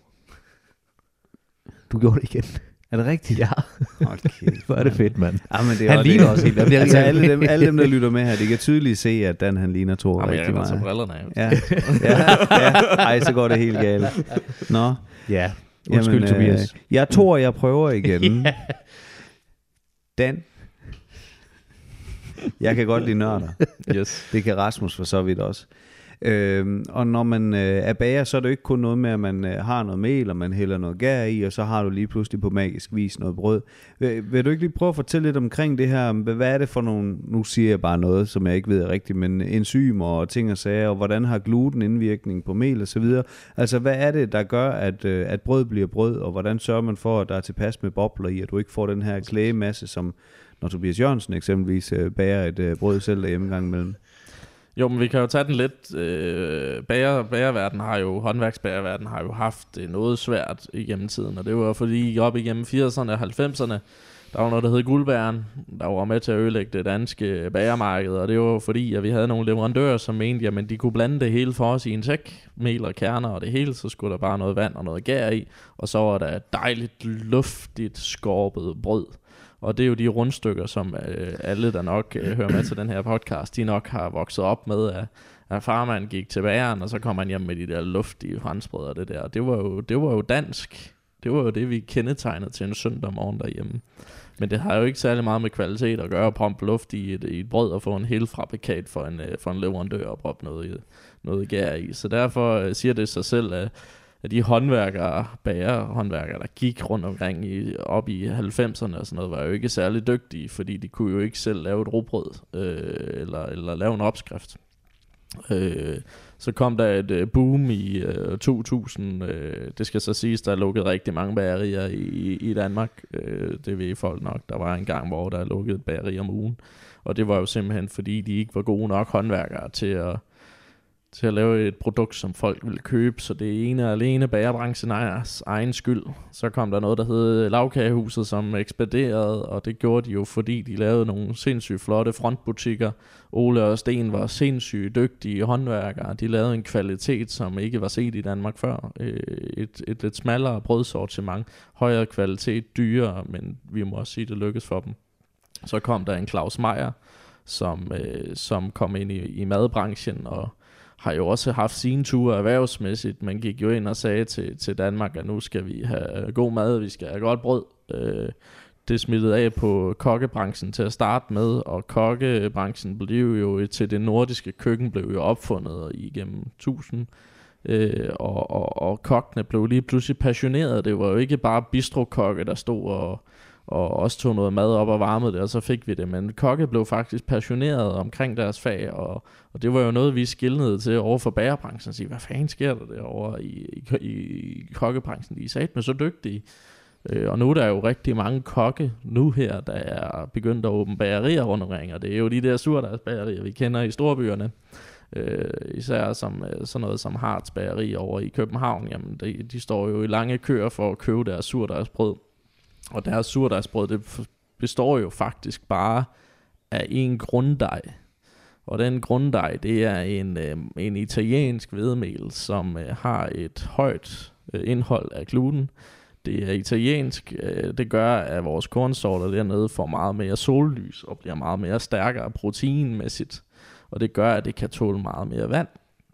Du gjorde det igen. Er det rigtigt? Ja. Okay. Hvor er det fedt, mand. Ja, men det er han også ligner det. også helt. Altså, alle, dem, alle dem, der lytter med her, de kan tydeligt se, at Dan han ligner Thor Jamen, rigtig meget. Jeg brillerne af. Ja. Ja, ja. Ej, så går det helt galt. Nå. Ja. Undskyld, Jamen, Tobias. Øh, jeg tror, jeg prøver igen. Ja. Dan. Jeg kan godt lide nørder. Yes. Det kan Rasmus for så vidt også. Øhm, og når man øh, er bager, så er det jo ikke kun noget med, at man øh, har noget mel, og man hælder noget gær i, og så har du lige pludselig på magisk vis noget brød. Vil, vil du ikke lige prøve at fortælle lidt omkring det her? Hvad er det for nogle, nu siger jeg bare noget, som jeg ikke ved rigtigt, men enzymer og ting og sager, og hvordan har gluten indvirkning på mel og så videre? Altså, hvad er det, der gør, at, øh, at brød bliver brød, og hvordan sørger man for, at der er tilpas med bobler i, at du ikke får den her klægemasse, som når Tobias Jørgensen eksempelvis øh, bager et øh, brød selv derhjemme gang imellem? Jo, men vi kan jo tage den lidt. Øh, bager, bagerverden har jo, håndværksbagerverden har jo haft det noget svært igennem tiden, og det var fordi op igennem firserne og halvfemserne, der var noget, der hed Guldbæren, der var med til at ødelægge det danske bagermarked, og det var fordi, at vi havde nogle leverandører, som mente, jamen de kunne blande det hele for os i en sæk, mel og kerner og det hele, så skulle der bare noget vand og noget gær i, og så var der dejligt, luftigt, skorpet brød. Og det er jo de rundstykker, som øh, alle, der nok øh, hører med til den her podcast, de nok har vokset op med, at, at farmand gik til bageren, og så kom han hjem med de der luftige franskbrød og det der. Det var jo, det var jo dansk. Det var jo det, vi kendetegnede til en søndag morgen derhjemme. Men det har jo ikke særlig meget med kvalitet at gøre, at pumpe luft i et, i et brød og få en hel fabrikat for en, for en leverandør og proppe noget, noget gær i. Så derfor øh, siger det sig selv, at at de håndværkere, bagerhåndværkere, der gik rundt omkring i, op i halvfemserne og sådan noget, var jo ikke særlig dygtige, fordi de kunne jo ikke selv lave et rugbrød, øh, eller, eller lave en opskrift. Øh, så kom der et øh, boom i øh, to tusind, øh, det skal så siges, der er lukket rigtig mange bagerier i, i Danmark, øh, det ved folk nok. Der var en gang, hvor der er lukket et bageri om ugen, og det var jo simpelthen fordi, de ikke var gode nok håndværkere til at til at lave et produkt, som folk ville købe, så det er ene og alene bagerbranchen ejers egen skyld. Så kom der noget, der hed Lagkagehuset, som ekspederede, og det gjorde de jo, fordi de lavede nogle sindssygt flotte frontbutikker. Ole og Sten var sindssygt dygtige håndværkere. De lavede en kvalitet, som ikke var set i Danmark før. Et, et lidt smallere brødsortiment, højere kvalitet, dyrere, men vi må også sige, det lykkedes for dem. Så kom der en Claus Meyer, som, øh, som kom ind i, i madbranchen, og har jo også haft sine ture erhvervsmæssigt. Man gik jo ind og sagde til, til Danmark, at nu skal vi have god mad, vi skal have godt brød. Øh, det smittede af på kokkebranchen til at starte med, og kokkebranchen blev jo til det nordiske køkken blev jo opfundet igennem tusind. Øh, og, og, og kokkene blev lige pludselig passionerede. Det var jo ikke bare bistrokokke, der stod og og også tog noget mad op og varmede det, og så fik vi det. Men kokke blev faktisk passioneret omkring deres fag, og, og det var jo noget, vi skildnede til over for bagerbranchen, og sige, hvad fanden sker der derovre i, i, i kokkebranchen? De er satme så dygtige. Øh, og nu er der jo rigtig mange kokke nu her, der er begyndt at åbne bagerier rundt omkring, og det er jo de der surdejsbagerier, vi kender i storbyerne. Øh, især som, sådan noget som Harts bageri over i København, jamen de, de står jo i lange køer for at købe deres surdejsbrød. Og deres surdejsbrød, det består jo faktisk bare af en grunddej. Og den grunddej, det er en, øh, en italiensk hvedemel, som øh, har et højt øh, indhold af gluten. Det er italiensk. Øh, det gør, at vores kornsorter dernede får meget mere sollys og bliver meget mere stærkere proteinmæssigt. Og det gør, at det kan tåle meget mere vand.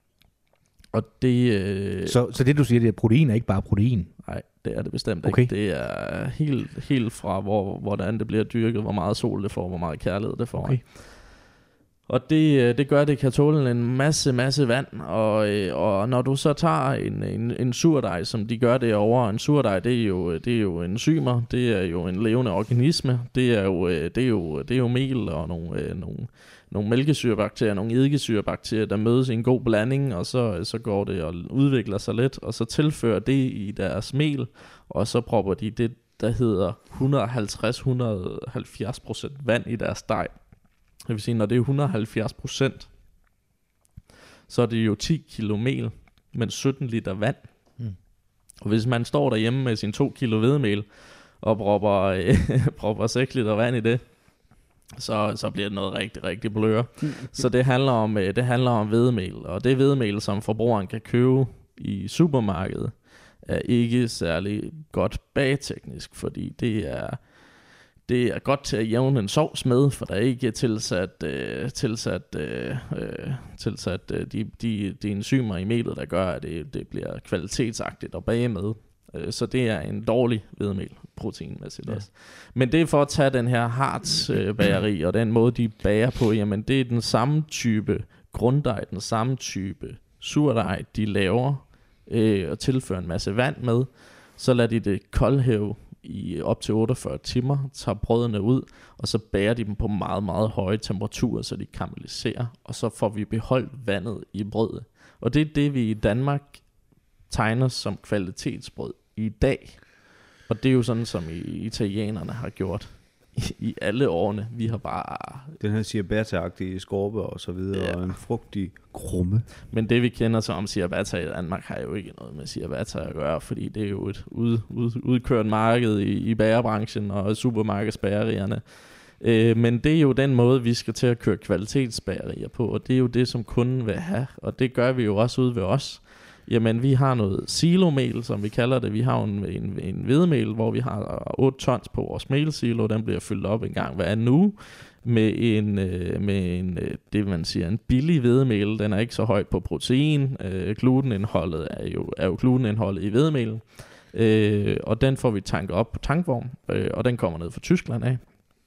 Og det, øh, så, så det du siger, det er protein er ikke bare protein? Nej, det er det bestemt okay. ikke. Det er helt, helt fra, hvor, hvordan det bliver dyrket, hvor meget sol det får, hvor meget kærlighed det får. Okay. Og det, det gør, at det kan tåle en masse, masse vand. Og, og når du så tager en, en, en surdej, som de gør det over, en surdej, det er jo, det er jo enzymer, det er jo en levende organisme, det er jo, det er jo, det er jo mel og nogle, nogle, nogle mælkesyrebakterier, nogle eddikesyrebakterier, der mødes i en god blanding, og så, så går det og udvikler sig lidt, og så tilfører det i deres mel, og så propper de det, der hedder et hundrede og halvtreds til et hundrede og halvfjerds procent vand i deres dej. Det vil sige, når det er et hundrede og halvfjerds procent, så er det jo ti kilo mel, men sytten liter vand. Mm. Og hvis man står derhjemme med sin to kilo hvedemel, og propper, øh, propper seks liter vand i det, så, så bliver det noget rigtig, rigtig bløre. Mm. Så det handler om, det handler om hvedemel, og det hvedemel, som forbrugeren kan købe i supermarkedet, er ikke særlig godt bagteknisk, fordi det er... Det er godt til at jævne en sovs med, for der er ikke tilsat, øh, tilsat, øh, tilsat øh, de, de, de enzymer i melet, der gør, at det, det bliver kvalitetsagtigt at bage med. Øh, så det er en dårlig hvedemel, proteinmæssigt også. Ja. Men det er for at tage den her Harts øh, bageri, og den måde, de bager på, jamen det er den samme type grunddej, den samme type surdej, de laver, øh, og tilfører en masse vand med. Så lader de det koldhæve i op til otteogfyrre timer, tager brødene ud, og så bager de dem på meget, meget høje temperaturer, så de karamelliserer, og så får vi beholdt vandet i brødet. Og det er det, vi i Danmark tegner som kvalitetsbrød i dag. Og det er jo sådan, som italienerne har gjort i alle årene. Vi har bare... Den her ciabatta-agtige skorpe og så videre, Ja. og en frugtig krumme. Men det vi kender som ciabatta i Danmark har jo ikke noget med ciabatta at gøre, fordi det er jo et ud, ud, udkørt marked i, i bagerbranchen og supermarkedsbagerierne. Øh, men det er jo den måde, vi skal til at køre kvalitetsbagerier på, og det er jo det, som kunden vil have, og det gør vi jo også ude ved os. Jamen, vi har noget silomel, som vi kalder det. Vi har en, en, en hvedemel, hvor vi har otte tons på vores melsilo. Den bliver fyldt op en gang hver anden uge med en, øh, med en øh, det man siger, en billig hvedemel. Den er ikke så højt på protein. Øh, glutenindholdet er jo, er jo glutenindholdet i hvedemelen. Øh, og den får vi tanket op på tankvogn, øh, og den kommer ned fra Tyskland af.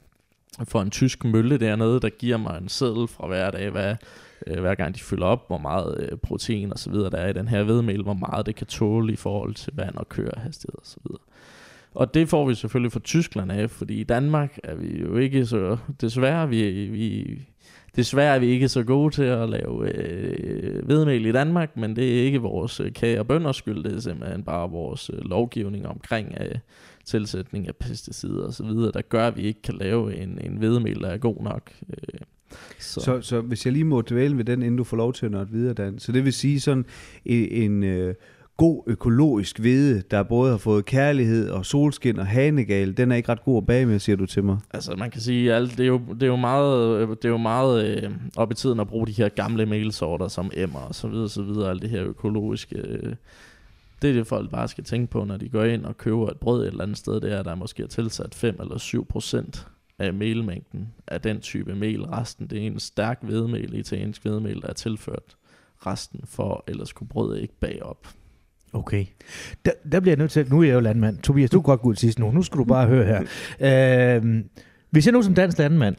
For en tysk mølle dernede, der giver mig en seddel fra hver dag, hvad, øh, hver gang de fylder op, hvor meget øh, protein og så videre der er i den her hvedemel, hvor meget det kan tåle i forhold til vand og kørehastighed og så videre. Og det får vi selvfølgelig fra Tyskland af, fordi i Danmark er vi jo ikke så, desværre vi, vi desværre er vi ikke så gode til at lave øh, hvedemel i Danmark, men det er ikke vores øh, kage og bønners skyld, det er simpelthen bare vores øh, lovgivning omkring øh, tilsætning af pesticider og så videre, der gør, at vi ikke kan lave en, en hvedemel, der er god nok. Øh, så. Så, så hvis jeg lige må dvæle ved den, inden du får lov til at nå videre, Dan. Så det vil sige sådan en, en øh, god økologisk hvede, der både har fået kærlighed og solskin og hanegal, den er ikke ret god at bage med, siger du til mig. Altså man kan sige, at det er jo, det er jo meget, det er jo meget øh, op i tiden at bruge de her gamle melsorter som emmer og så videre, så videre, alt det her økologiske. Øh, det er det folk bare skal tænke på, når de går ind og køber et brød et eller andet sted, det er, at der måske er tilsat fem eller syv procent af melmængden af den type mel. Resten, det er en stærk hvedemel, italiensk hvedemel, der er tilført resten, for ellers kunne brødet ikke bage op. Okay. Der, der bliver jeg nødt til, nu er jeg jo landmand. Tobias, du kan godt gå ud sidst nu. Nu skal du bare høre her. Øh, hvis jeg nu som dansk landmand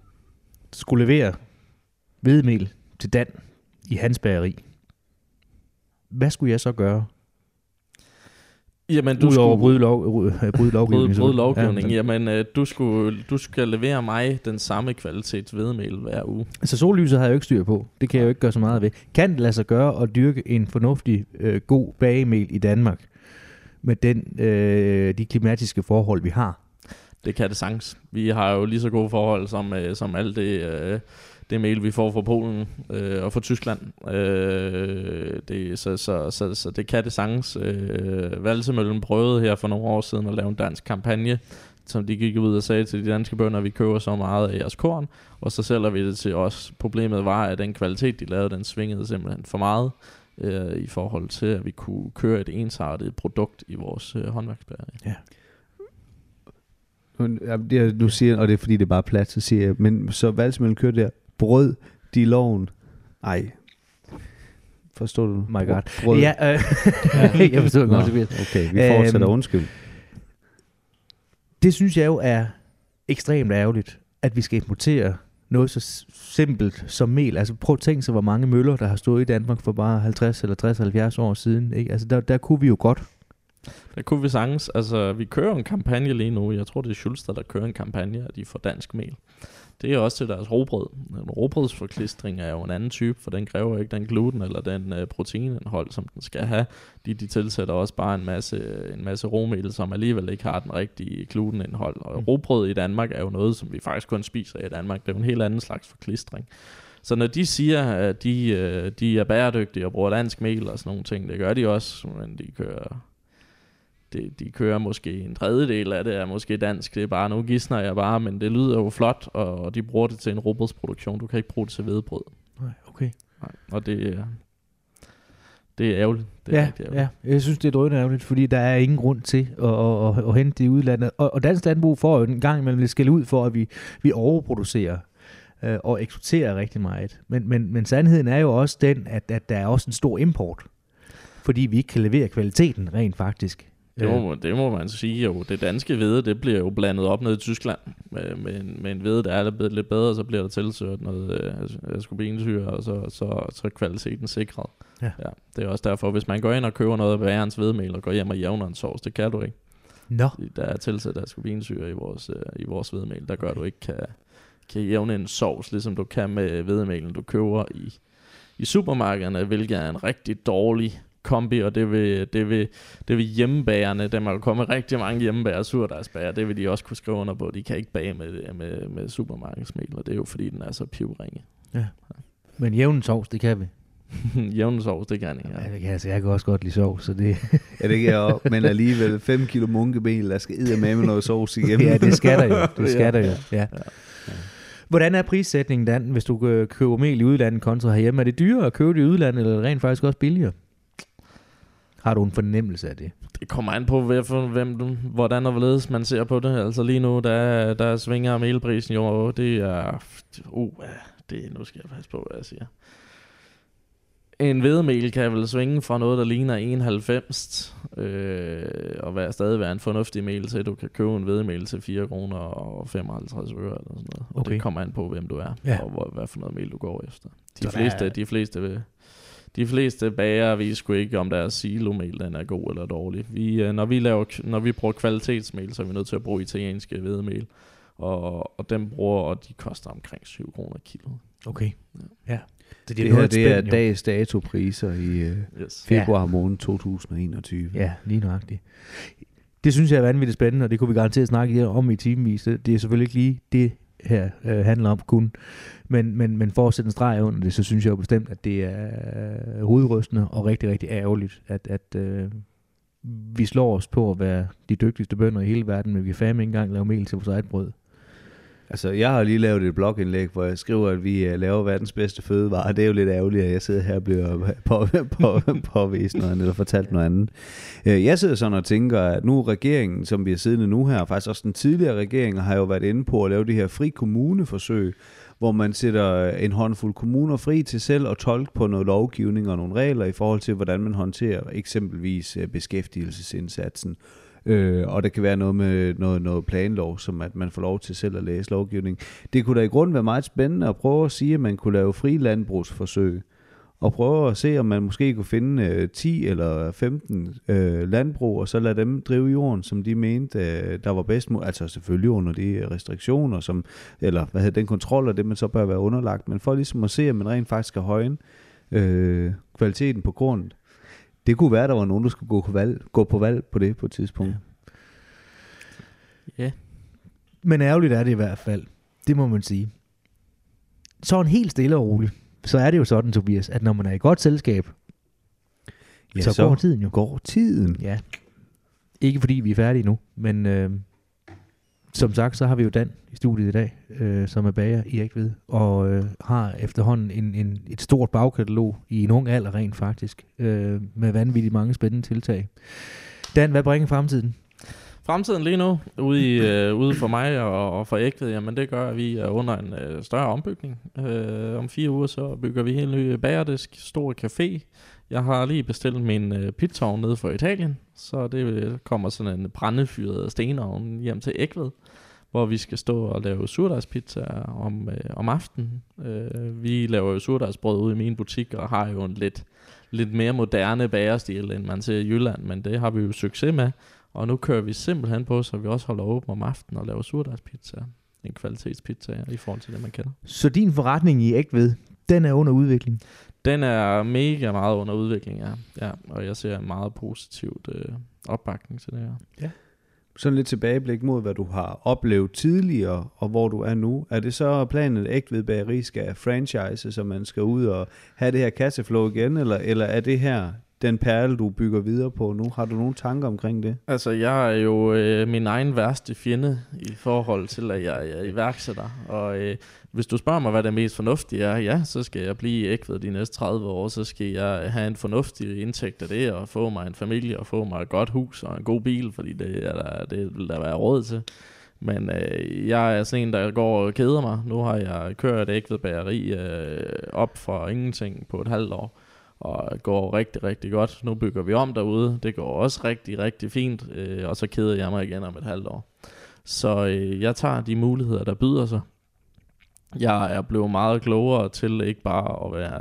skulle levere hvedemel til Dan i hans bageri, hvad skulle jeg så gøre? Jamen, du Udover skulle bryde, lov, bryde lovgivning. bryde, bryde lovgivning. Ja. Jamen, øh, du, skulle, du skal levere mig den samme kvalitets hvedemel hver uge. Altså sollyset har jeg jo ikke styr på. Det kan jeg jo ikke gøre så meget ved. Kan det lade sig gøre at dyrke en fornuftig, øh, god bagemel i Danmark med den, øh, de klimatiske forhold, vi har? Det kan det sagtens. Vi har jo lige så gode forhold som, øh, som alt det, øh, det mel, vi får fra Polen øh, og fra Tyskland. Øh, det, så, så, så, så det kan det sagtens. Øh, Valsemøllen prøvede her for nogle år siden at lave en dansk kampagne, som de gik ud og sagde til de danske bønder, at vi køber så meget af jeres korn, og så sælger vi det til os. Problemet var, at den kvalitet, de lavede, den svingede simpelthen for meget øh, i forhold til, at vi kunne køre et ensartet produkt i vores øh, håndværksbageri. Ja. Det, du siger, og det er fordi det er bare plat, så siger jeg, men så valgsmøllen kører der, brød de loven. Ej. Forstår du? My God. Brød. Ja, øh, jeg forstår det godt, Tobias. Okay, vi fortsætter, Øhm, undskyld. Det synes jeg jo er ekstremt ærgerligt, at vi skal importere noget så s- simpelt som mel. Altså prøv at tænke sig, hvor mange møller, der har stået i Danmark for bare halvtreds eller tres halvfjerds år siden. Ikke? Altså der, der kunne vi jo godt. Der kunne vi sagtens, altså vi kører en kampagne lige nu, jeg tror det er Schulster, der kører en kampagne, og de får dansk mel. Det er også til deres rugbrød. En rugbrødsforklistring er jo en anden type, for den kræver ikke den gluten eller den uh, proteinindhold, som den skal have. De, de tilsætter også bare en masse, en masse råmel, som alligevel ikke har den rigtige glutenindhold. Og rugbrød i Danmark er jo noget, som vi faktisk kun spiser i Danmark. Det er jo en helt anden slags forklistring. Så når de siger, at de, de er bæredygtige og bruger dansk mel og sådan nogle ting, det gør de også, men de kører... De, de kører måske en tredjedel af det er måske dansk. Det er bare, nu gisner jeg bare, men det lyder jo flot, og de bruger det til en rugbrødsproduktion. Du kan ikke bruge det til hvedebrød. Nej, okay. Nej, og det er, det er ærgerligt. Det er Ja, rigtig ærgerligt. ja, jeg synes, det er drønende ærgerligt, fordi der er ingen grund til at, at, at, at hente det i udlandet. Og, og dansk landbrug får jo en gang imellem lidt skæld ud for, at vi, vi overproducerer øh, og eksporterer rigtig meget. Men, men, men sandheden er jo også den, at, at der er også en stor import, fordi vi ikke kan levere kvaliteten rent faktisk. Det må, det må man sige jo. Det danske hvede, det bliver jo blandet op nede i Tyskland med, med, en, med en hvede, der er lidt, lidt bedre, så bliver der tilsøgt noget øh, ascorbinsyre, og så, så, så er kvaliteten sikret. Ja. Ja, det er også derfor, hvis man går ind og køber noget af værens hvedemel og går hjem og jævner en sovs, det kan du ikke. Nå. Der er tilsat ascorbinsyre i vores, øh, i vores hvedemel, der gør, du ikke kan, kan jævne en sovs, ligesom du kan med hvedemelen, du køber i, i supermarkederne, hvilket er en rigtig dårlig kombi, og det vil, det vil, det vil hjemmebagerne, der må komme rigtig mange hjemmebager og surdejsbager, det vil de også kunne skrive under på. De kan ikke bage med, med, med supermarkedsmel, og det er jo fordi, den er så pivringe. Ja. Men jævnen sovs, det kan vi. Jævnen sovs, det kan jeg. Ja, det kan, altså, jeg kan også godt lide sovs, så det... Ja, det kan jeg også, men alligevel fem kilo munkebel, der skal eddermame med noget sovs igennem. Ja, det skal der jo. Det skal ja. der jo, ja. ja. Hvordan er prissætningen, Dan, hvis du køber mel i udlandet kontra herhjemme? Er det dyrere at købe det i udlandet, eller er det rent faktisk også billigere? Har du en fornemmelse af det? Det kommer an på, hvem du, hvordan og hvorledes man ser på det. Altså lige nu, der, der svinger melprisen jo, det er... Uh, det, nu skal jeg passe på, hvad jeg siger. En hvedemel kan vel svinge fra noget, der ligner en komma halvfems øh, og være, stadig være en fornuftig mel til. Du kan købe en hvedemel til fire kroner og femoghalvtreds øre eller sådan noget. Okay. Det kommer an på, hvem du er, ja. og hvor, hvad for noget mel du går efter. De fleste, er... de fleste, de fleste bager ved sgu ikke, om deres silomel den er god eller dårlig. Vi, når, vi laver, når vi bruger kvalitetsmel, så er vi nødt til at bruge italienske hvedemel. Og, og dem bruger, og de koster omkring syv kroner kilo. Okay, ja. ja. Det, det, det her, det er dags dato-priser i uh, yes. februar måned to tusind og enogtyve. Ja, lige nøjagtigt. Det synes jeg er vanvittigt spændende, og det kunne vi garanteret snakke om i timevis. Det er selvfølgelig ikke lige det her øh, handler om kun. Men, men, men for at sætte en streg under det, så synes jeg jo bestemt, at det er øh, hovedrystende og rigtig, rigtig ærgerligt, at, at øh, vi slår os på at være de dygtigste bønder i hele verden, men vi fandme ikke engang lave mel til vores eget brød. Altså, jeg har lige lavet et blogindlæg, hvor jeg skriver, at vi uh, laver verdens bedste fødevarer. Det er jo lidt ærgerligt, at jeg sidder her og bliver på, på, påvist noget andet, eller fortalt noget andet. Uh, jeg sidder sådan og tænker, at nu regeringen, som vi er siddende nu her, faktisk også den tidligere regering, har jo været inde på at lave det her fri kommuneforsøg, hvor man sætter en håndfuld kommuner fri til selv at tolke på noget lovgivning og nogle regler i forhold til, hvordan man håndterer eksempelvis beskæftigelsesindsatsen. Øh, og det kan være noget med noget, noget planlov, som at man får lov til selv at læse lovgivning. Det kunne da i grunden være meget spændende at prøve at sige, at man kunne lave fri landbrugsforsøg, og prøve at se, om man måske kunne finde øh, ti eller femten øh, landbrug, og så lade dem drive jorden, som de mente, øh, der var bedst muligt. Altså selvfølgelig under de restriktioner, som, eller hvad hedder den kontrol, og det man så bør være underlagt. Men for ligesom at se, at man rent faktisk skal højne øh, kvaliteten på grundet. Det kunne være, der var nogen, der skulle gå på valg, gå på valg på det på et tidspunkt. Ja. Yeah. Men ærgerligt er det i hvert fald. Det må man sige. Så en helt stille og roligt. Så er det jo sådan, Tobias, at når man er i godt selskab, ja, så, så går tiden jo. Går tiden. Ja. Ikke fordi vi er færdige nu, men øh, som sagt, så har vi jo Dan i studiet i dag, øh, som er bager i Egtved, og øh, har efterhånden en, en, et stort bagkatalog i en ung alder rent faktisk, øh, med vanvittigt mange spændende tiltag. Dan, hvad bringer fremtiden? Fremtiden lige nu, ude, i, øh, ude for mig og, og for Egtved, jamen det gør, at vi er under en øh, større ombygning. Øh, om fire uger så bygger vi helt ny bagerdisk, stor café. Jeg har lige bestilt min øh, pizzaovn nede fra Italien, så det kommer sådan en brændefyret stenovn hjem til Egtved, hvor vi skal stå og lave surdejspizza om, øh, om aftenen. Øh, vi laver jo surdejsbrød ude i min butik, og har jo en lidt, lidt mere moderne bagerstil, end man ser i Jylland, men det har vi jo succes med. Og nu kører vi simpelthen på, så vi også holder åben om aftenen og laver surdejspizza. En kvalitetspizza i forhold til det, man kender. Så din forretning i Egtved, den er under udvikling? Den er mega meget under udvikling, ja. ja og jeg ser en meget positivt øh, opbakning til det her. Ja. Sådan lidt tilbageblik mod, hvad du har oplevet tidligere, og hvor du er nu. Er det så planen, at Egtved Bageri skal franchise, så man skal ud og have det her kasseflow igen, eller, eller er det her den perle, du bygger videre på nu? Har du nogle tanker omkring det? Altså, jeg er jo øh, min egen værste fjende i forhold til, at jeg, jeg er iværksætter. Og øh, hvis du spørger mig, hvad det mest fornuftige er, ja, så skal jeg blive i Egtved de næste tredive år. Så skal jeg have en fornuftig indtægt af det, og få mig en familie, og få mig et godt hus og en god bil, fordi det, er der, det vil der være råd til. Men øh, jeg er sådan en, der går og keder mig. Nu har jeg kørt Egtved Bageri øh, op fra ingenting på et halvt år, og går rigtig, rigtig godt. Nu bygger vi om derude. Det går også rigtig, rigtig fint. Øh, og så keder jeg mig igen om et halvt år. Så øh, jeg tager de muligheder, der byder sig. Jeg er blevet meget klogere til ikke bare at være,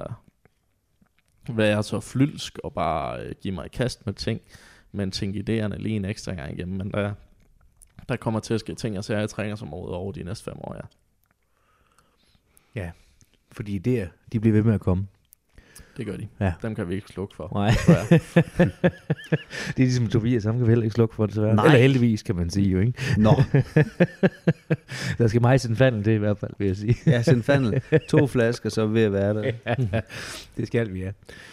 være så flyldsk og bare øh, give mig i kast med ting, men tænke idéerne lige en ekstra gang igennem. Men der, der kommer til at ske ting, og så jeg trænger som året over de næste fem år, ja. Ja, fordi det, de bliver ved med at komme. det gør de. Ja. Dem kan vi ikke slukke for. Nej. Det er ligesom Tobias, ham kan vi heller ikke slukke for, desværre. Nej. Eller heldigvis, kan man sige jo, ikke? Nå. Der skal meget sådan fandel, det i hvert fald, vil jeg sige. Ja, sådan fandel. To flasker, så er vi ved at være der. Det skal vi, ja.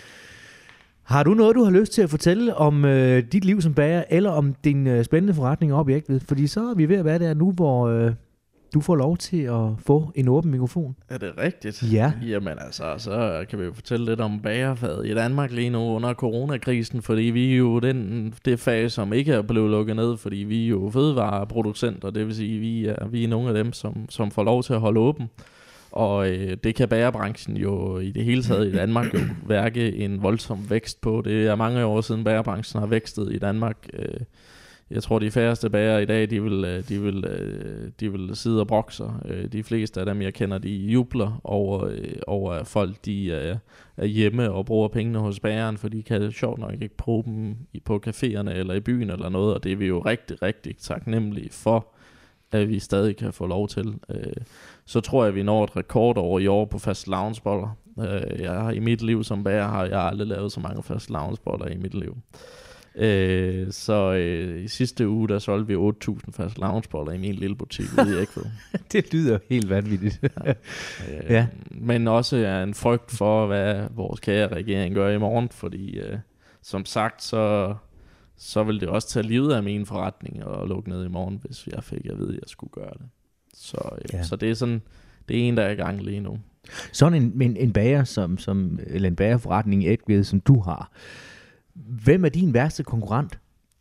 Har du noget, du har lyst til at fortælle om øh, dit liv som bager, eller om din øh, spændende forretning op i Egtved? Fordi så er vi ved at være der nu, hvor øh, du får lov til at få en åben mikrofon. Er det rigtigt? Ja. Jamen altså, så kan vi jo fortælle lidt om bagerfaget i Danmark lige nu under coronakrisen, fordi vi er jo den, det fag, som ikke er blevet lukket ned, fordi vi er jo fødevareproducenter, det vil sige, vi er, vi er nogle af dem, som, som får lov til at holde åben. Og øh, det kan bagerbranchen jo i det hele taget i Danmark jo værke en voldsom vækst på. Det er mange år siden bagerbranchen har vækstet i Danmark. Øh, jeg tror de færreste bager i dag, de vil, de vil, de vil sidde og brokke sig. De fleste af dem jeg kender, de jubler over, over at folk de er, er hjemme og bruger pengene hos bageren, for de kan sjovt nok ikke bruge dem på caféerne eller i byen eller noget. Og det er vi jo rigtig, rigtig taknemmelige for, at vi stadig kan få lov til. Så tror jeg, at vi når et rekordår i år på fastelavnsboller. Jeg har, i mit liv som bager har jeg aldrig lavet så mange fastelavnsboller i mit liv. Øh, så øh, i sidste uge, der solgte vi otte tusind fastelavnsboller i min lille butik ude i Egtved. Det lyder helt vanvittigt. Ja. Øh, Ja. Men også er en frygt for, hvad vores kære regering gør i morgen, fordi øh, som sagt, så, så vil det også tage livet af min forretning og lukke ned i morgen, hvis jeg fik at vide, at jeg skulle gøre det. Så, øh, Ja. så det er sådan, det er en, der er i gang lige nu. Sådan en, en, en bager, som, som, eller en bagerforretning i Egtved, som du har. Hvem er din værste konkurrent?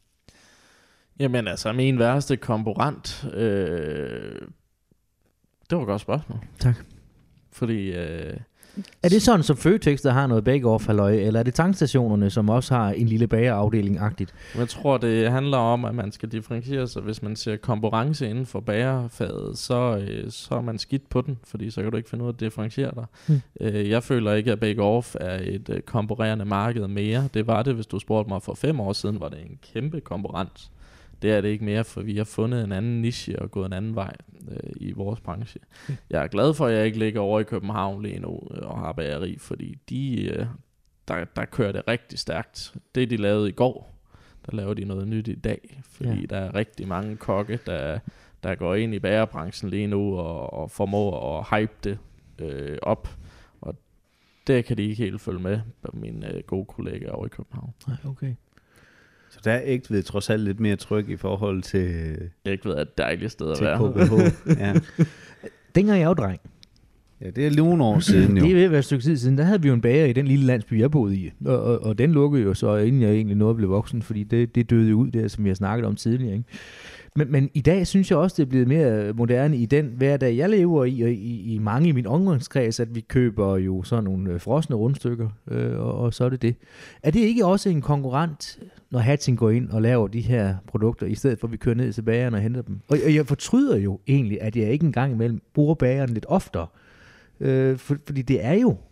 Jamen altså, min værste konkurrent, øh, det var et godt spørgsmål. Tak. Fordi øh, Er det sådan, som Føtex, der har noget bake-off-halløj, eller er det tankstationerne, som også har en lille bagerafdeling-agtigt? jeg tror, det handler om, at man skal differentiere sig. Hvis man ser konkurrence inden for bagerfaget, så, øh, så er man skidt på den, fordi så kan du ikke finde ud af at differentiere dig. Hmm. Øh, jeg føler ikke, at bake-off er et øh, konkurrerende marked mere. Det var det, hvis du spurgte mig for fem år siden, var det en kæmpe konkurrence. Det er det ikke mere, for vi har fundet en anden niche og gået en anden vej øh, i vores branche. Mm. Jeg er glad for, at jeg ikke ligger over i København lige nu øh, og har bageri, fordi de, øh, der, der kører det rigtig stærkt. Det, de lavede i går, der laver de noget nyt i dag, fordi Ja. der er rigtig mange kokke, der, der går ind i bagerbranchen lige nu og, og formår at hype det øh, op. Og det kan de ikke helt følge med, mine øh, gode kollegaer over i København. Nej, okay. Så der er Egtved trods alt lidt mere tryg i forhold til, Jeg ikke ved, at det er et dejligt sted at til være. K B H. Ja. Dengang jeg var dreng, ja, det er nogle år siden jo. det er ved at være et stykke tid siden, der havde vi jo en bager i den lille landsby, jeg boede i. Og, og, og den lukkede jo så, inden jeg egentlig nåede at blive voksen, fordi det, det døde jo ud der, som vi har snakket om tidligere. Ikke? Men, men i dag synes jeg også, det er blevet mere moderne i den hverdag, jeg lever i, og i, i mange i min omgangskreds, at vi køber jo sådan nogle øh, frosne rundstykker, øh, og, og så er det det. Er det ikke også en konkurrent, når Hatting går ind og laver de her produkter, i stedet for at vi kører ned til bageren og henter dem? Og, og jeg fortryder jo egentlig, at jeg ikke engang imellem bruger bageren lidt oftere, øh, for, fordi det er jo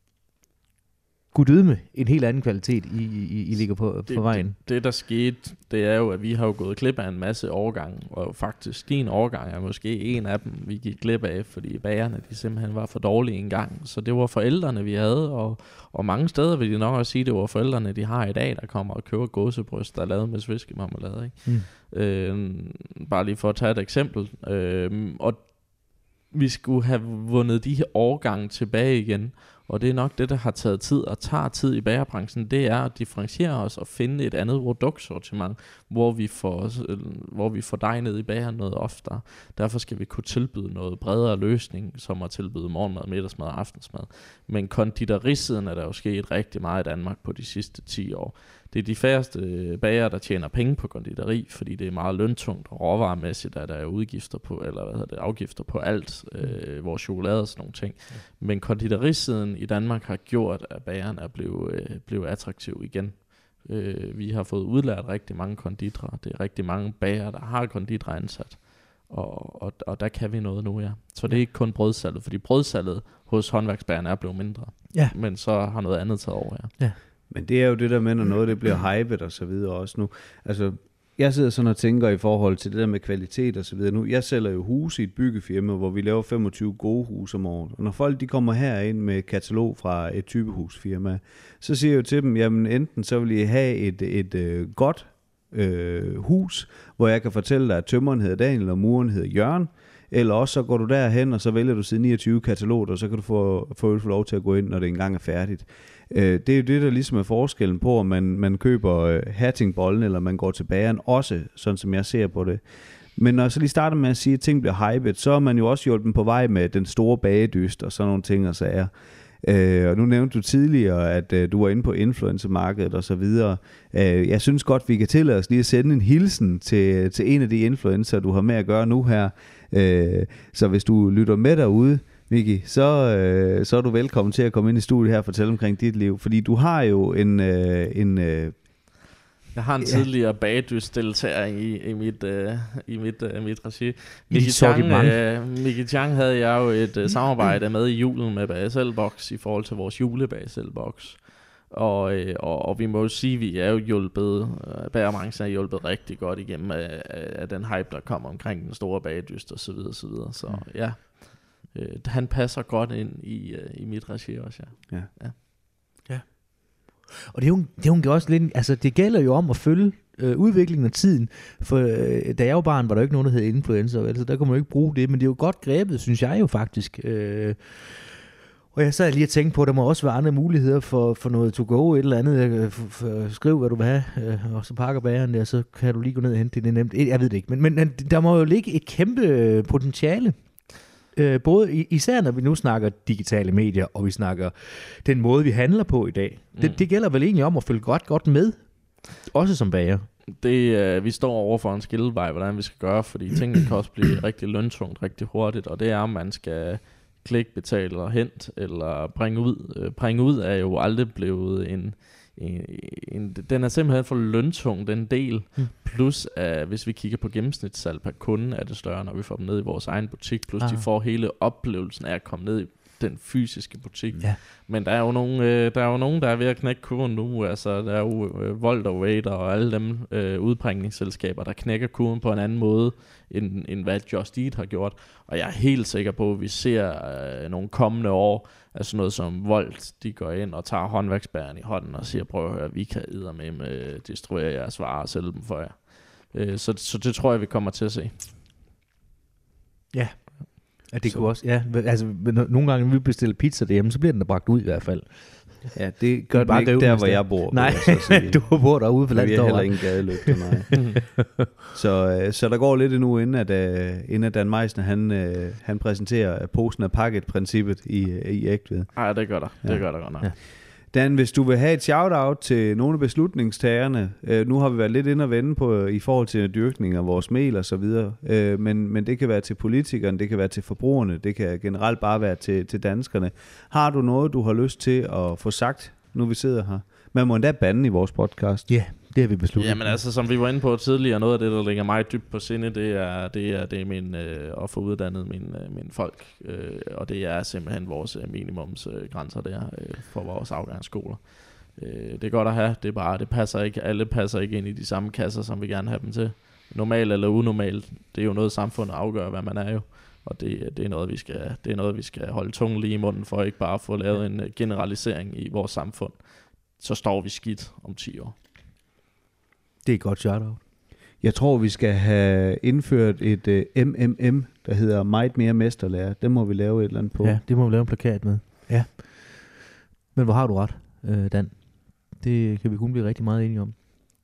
gudødme en helt anden kvalitet, I, I, I ligger på, det, på vejen. Det, det, der skete, det er jo, at vi har jo gået glip af en masse årgange, og faktisk din årgang er måske en af dem, vi gik glip af, fordi bagerne, de simpelthen var for dårlige engang. Så det var forældrene, vi havde, og, og mange steder vil de nok også sige, det var forældrene, de har i dag, der kommer og køber gåsebryst, der er lavet med sviskemarmelade, ikke? Mm. Øh, bare lige for at tage et eksempel. Øh, og vi skulle have vundet de her årgange tilbage igen, og det er nok det, der har taget tid og tager tid i bagerbranchen, det er at differentiere os og finde et andet produktsortiment, hvor vi får, hvor vi får dig ned i bageren noget oftere. Derfor skal vi kunne tilbyde noget bredere løsning, som at tilbyde morgenmad, middagsmad og aftensmad. Men konditorisiden er der jo sket rigtig meget i Danmark på de sidste ti år. Det er de færreste bager, der tjener penge på konditori, fordi det er meget løntungt og råvaremæssigt, at der er udgifter på, eller hvad hedder det, afgifter på alt, øh, vores chokolade og sådan nogle ting. Ja. Men konditorisiden i Danmark har gjort, at bageren er blevet, øh, blevet attraktiv igen. Øh, vi har fået udlært rigtig mange konditorer. Det er rigtig mange bager, der har konditorer ansat. Og, og, og der kan vi noget nu, ja. Så det er ikke kun brødsalget, fordi brødsalget hos håndværksbagerne er blevet mindre. Ja. Men så har noget andet taget over, ja. Ja. Men det er jo det der med, når noget det bliver hypet og så videre også nu. Altså, jeg sidder sådan og tænker i forhold til det der med kvalitet og så videre. Nu, jeg sælger jo huse i et byggefirma, hvor vi laver femogtyve gode huse om året. Og når folk de kommer herind med katalog fra et typehusfirma, så siger jeg jo til dem, jamen enten så vil I have et, et, et godt øh, hus, hvor jeg kan fortælle dig, at tømmeren hedder Daniel, og muren hedder Jørgen, eller også så går du derhen, og så vælger du side niogtyve kataloger, og så kan du få, få, få lov til at gå ind, når det engang er færdigt. Øh, det er jo det, der ligesom er forskellen på, om man, man køber øh, hattingbollen, eller man går til bageren, også sådan som jeg ser på det. Men når jeg så lige starter med at sige, at ting bliver hypet, så er man jo også hjulpet på vej med den store bagedyst, og sådan nogle ting og sager. Øh, og nu nævnte du tidligere, at øh, du var inde på influencermarkedet og så videre. Øh, jeg synes godt, vi kan tillade os lige at sende en hilsen til, til en af de influencer, du har med at gøre nu her. Øh, så hvis du lytter med derude, Vicky, så, øh, så er du velkommen til at komme ind i studiet her og fortælle omkring dit liv. Fordi du har jo en... Øh, en øh, Jeg har en tidligere bagdysdeltager i, i mit, uh, i mit, uh, mit regi. Mickey Chang, uh, Mickey Chang havde jeg jo et uh, samarbejde med i julen med B S L-box i forhold til vores jule-B S L-box. Og, uh, og, og vi må jo sige, at vi er jo hjulpet, uh, bagerbranchen er hjulpet rigtig godt igennem af, af den hype, der kommer omkring den store bagdyst og så videre, så videre. Så mm. ja, uh, han passer godt ind i, uh, i mit regi også, ja. Ja. ja. Og det er, jo, det er jo også lidt, altså det gælder jo om at følge øh, udviklingen af tiden, for øh, da jeg var barn, var der jo ikke nogen, der hed influencer, vel? Så der kunne man jo ikke bruge det, men det er jo godt grebet, synes jeg jo faktisk. Øh, og jeg sad lige og tænkte på, at der må også være andre muligheder for, for noget to go, et eller andet, for, for, skriv hvad du vil have, øh, og så pakker bageren der, så kan du lige gå ned og hente det, det er nemt. Jeg ved det ikke, men, men der må jo ligge et kæmpe potentiale. Øh, både især når vi nu snakker digitale medier, og vi snakker den måde, vi handler på i dag. Mm. Det, det gælder vel egentlig om at følge godt, godt med, også som bager. Det, øh, vi står over for en skillevej, hvordan vi skal gøre, fordi tingene kan også blive rigtig løntungt, rigtig hurtigt, og det er, om man skal klikke, betale eller hente, eller bringe ud. Øh, bringe ud er jo aldrig blevet en... En, en, den er simpelthen for løntung, den del. Mm. Plus, uh, hvis vi kigger på gennemsnitssalg per kunde, er det større, når vi får dem ned i vores egen butik. Plus, ah. de får hele oplevelsen af at komme ned i den fysiske butik. Ja. Men der er jo nogen, øh, der er jo nogen, der er ved at knække kurven nu. Altså, der er jo øh, Volt og Wader og alle dem øh, udbringningsselskaber, der knækker kurven på en anden måde, end, end hvad Just Eat har gjort. Og jeg er helt sikker på, at vi ser øh, nogle kommende år, altså noget som Volt, de går ind og tager håndværksbæren i hånden og siger, prøv at høre, vi kan eddermame med distribuere jeres varer og sælge dem for jer. Øh, så, så det tror jeg, vi kommer til at se. Ja. Ja, det så. Kunne også, ja, altså nogle gange, når vi bestiller pizza derhjemme, så bliver den der bragt ud i hvert fald. Ja, det gør den ikke der, hvor jeg bor. Nej, du bor derude for landet. Vi har heller ingen gadelygter, nej. så, så der går lidt endnu, inden at, uh, inden at Dan Meisner, han, uh, han præsenterer posen af pakket-princippet i, i Ægtved. Nej, det gør der. Det ja. gør der godt nok. Ja. Dan, hvis du vil have et shout-out til nogle af beslutningstagerne, øh, nu har vi været lidt inde og vende på i forhold til dyrkning af vores mel og så videre, øh, men, men det kan være til politikerne, det kan være til forbrugerne, det kan generelt bare være til, til danskerne. Har du noget, du har lyst til at få sagt, nu vi sidder her? Man må endda bande i vores podcast. Ja, yeah, det har vi besluttet. Jamen altså, som vi var inde på tidligere, noget af det, der ligger mig dybt på sinde, det er, det er, det er min, øh, at få uddannet mine, øh, mine folk. Øh, og det er simpelthen vores øh, minimumsgrænser øh, der øh, for vores afgangsskoler. Øh, det er godt at have, det er bare, det passer ikke, alle passer ikke ind i de samme kasser, som vi gerne have dem til. Normal eller unormal, det er jo noget, samfundet afgør, hvad man er jo. Og det, det, er noget, vi skal, det er noget, vi skal holde tungen lige i munden for, ikke bare at få lavet en generalisering i vores samfund. Så står vi skidt om ti år. Det er et godt shout-out. Jeg tror, vi skal have indført et uh, M M M, der hedder meget mere mesterlærer. Det må vi lave et eller andet på. Ja, det må vi lave en plakat med. Ja. Men hvor har du ret, øh, Dan? Det kan vi kun blive rigtig meget enige om.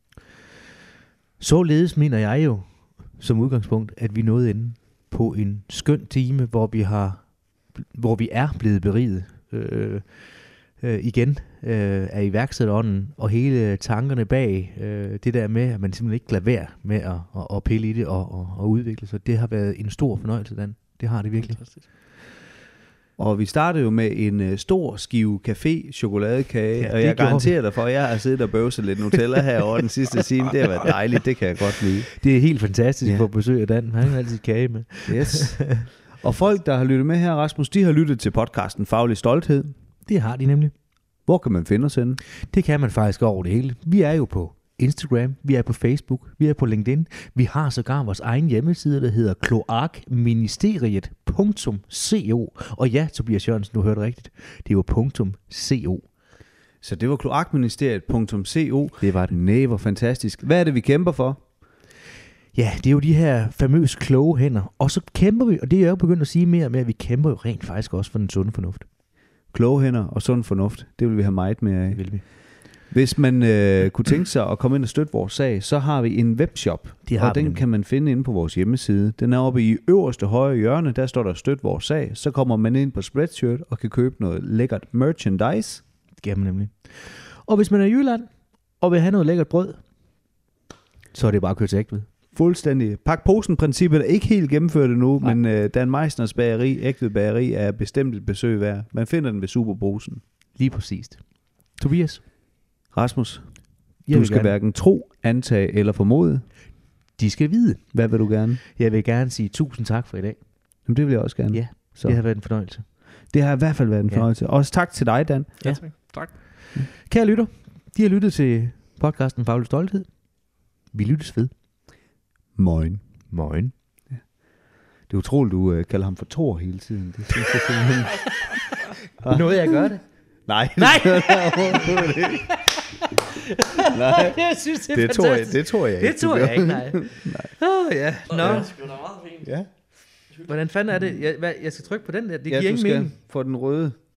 Således mener jeg jo, som udgangspunkt, at vi nåede inde på en skøn time, hvor vi har, hvor vi er blevet beriget. Øh, Øh, igen øh, af iværksætterånden og hele tankerne bag øh, det der med, at man simpelthen ikke lader være med at, at, at pille i det og, og, og udvikle sig. Det har været en stor fornøjelse, Dan. Det har det virkelig. Fantastisk. Og vi startede jo med en uh, stor skive café chokoladekage, ja, og jeg garanterer dig for, at jeg har siddet og bøvset lidt Nutella herovre den sidste time. Det har været dejligt, det kan jeg godt lide. Det er helt fantastisk ja. På besøg af Dan. Han har altid kage med. Yes. Og folk, der har lyttet med her, Rasmus, de har lyttet til podcasten Faglig Stolthed. Det har de nemlig. Hvor kan man finde os henne? Det kan man faktisk over det hele. Vi er jo på Instagram, vi er på Facebook, vi er på LinkedIn. Vi har sågar vores egen hjemmeside, der hedder kloakministeriet punktum co. Og ja, Tobias Jørgensen, du hørte rigtigt. Det er jo .co. Så det var kloakministeriet punktum co. Det var det. Næh, hvor fantastisk. Hvad er det, vi kæmper for? Ja, det er jo de her famøse kloge hænder. Og så kæmper vi, og det er jeg jo begyndt at sige mere og mere, at vi kæmper jo rent faktisk også for den sunde fornuft. Kloge hænder og sund fornuft, det vil vi have meget mere af. Det vil vi. Hvis man øh, kunne tænke sig at komme ind og støtte vores sag, så har vi en webshop, Det har og vi den nemlig. kan man finde inde på vores hjemmeside. Den er oppe i øverste højre hjørne, der står der støt vores sag. Så kommer man ind på Spreadshirt og kan købe noget lækkert merchandise. Det kan man nemlig. Og hvis man er i Jylland og vil have noget lækkert brød, så er det bare at køre til Ægtved. Fuldstændig. Pak posen-princippet er ikke helt gennemført endnu, Nej. men øh, Dan Meisners bageri, Ægtved Bageri, er bestemt et besøg værd. Man finder den ved Superbrusen. Lige præcis. Tobias? Rasmus, Jeg du vil skal gerne- hverken tro, antage eller formode. De skal vide. Hvad vil du gerne? Jeg vil gerne sige tusind tak for i dag. Jamen, det vil jeg også gerne. Ja, Så. det har været en fornøjelse. Det har i hvert fald været en Ja. fornøjelse. Også tak til dig, Dan. Ja. tak. tak. Kære lytter, de har lyttet til podcasten Faglig Stolthed. Vi lyttes ved. Moin. Morgen. Det er utroligt, du øh, kalder ham for Thor hele tiden. Det synes jeg simpelthen... Noget jeg gør det. Nej. Nej. Nej. Jeg synes, det er Det tror jeg, fantastisk. det tror jeg ikke. Det tror jeg ikke, nej. Åh, oh, ja. Nå, Det er sgu da meget fint. Ja. hvordan fanden er det? Jeg, hvad, jeg skal trykke på den der. Det Ja, giver du ingen skal mening. få den røde.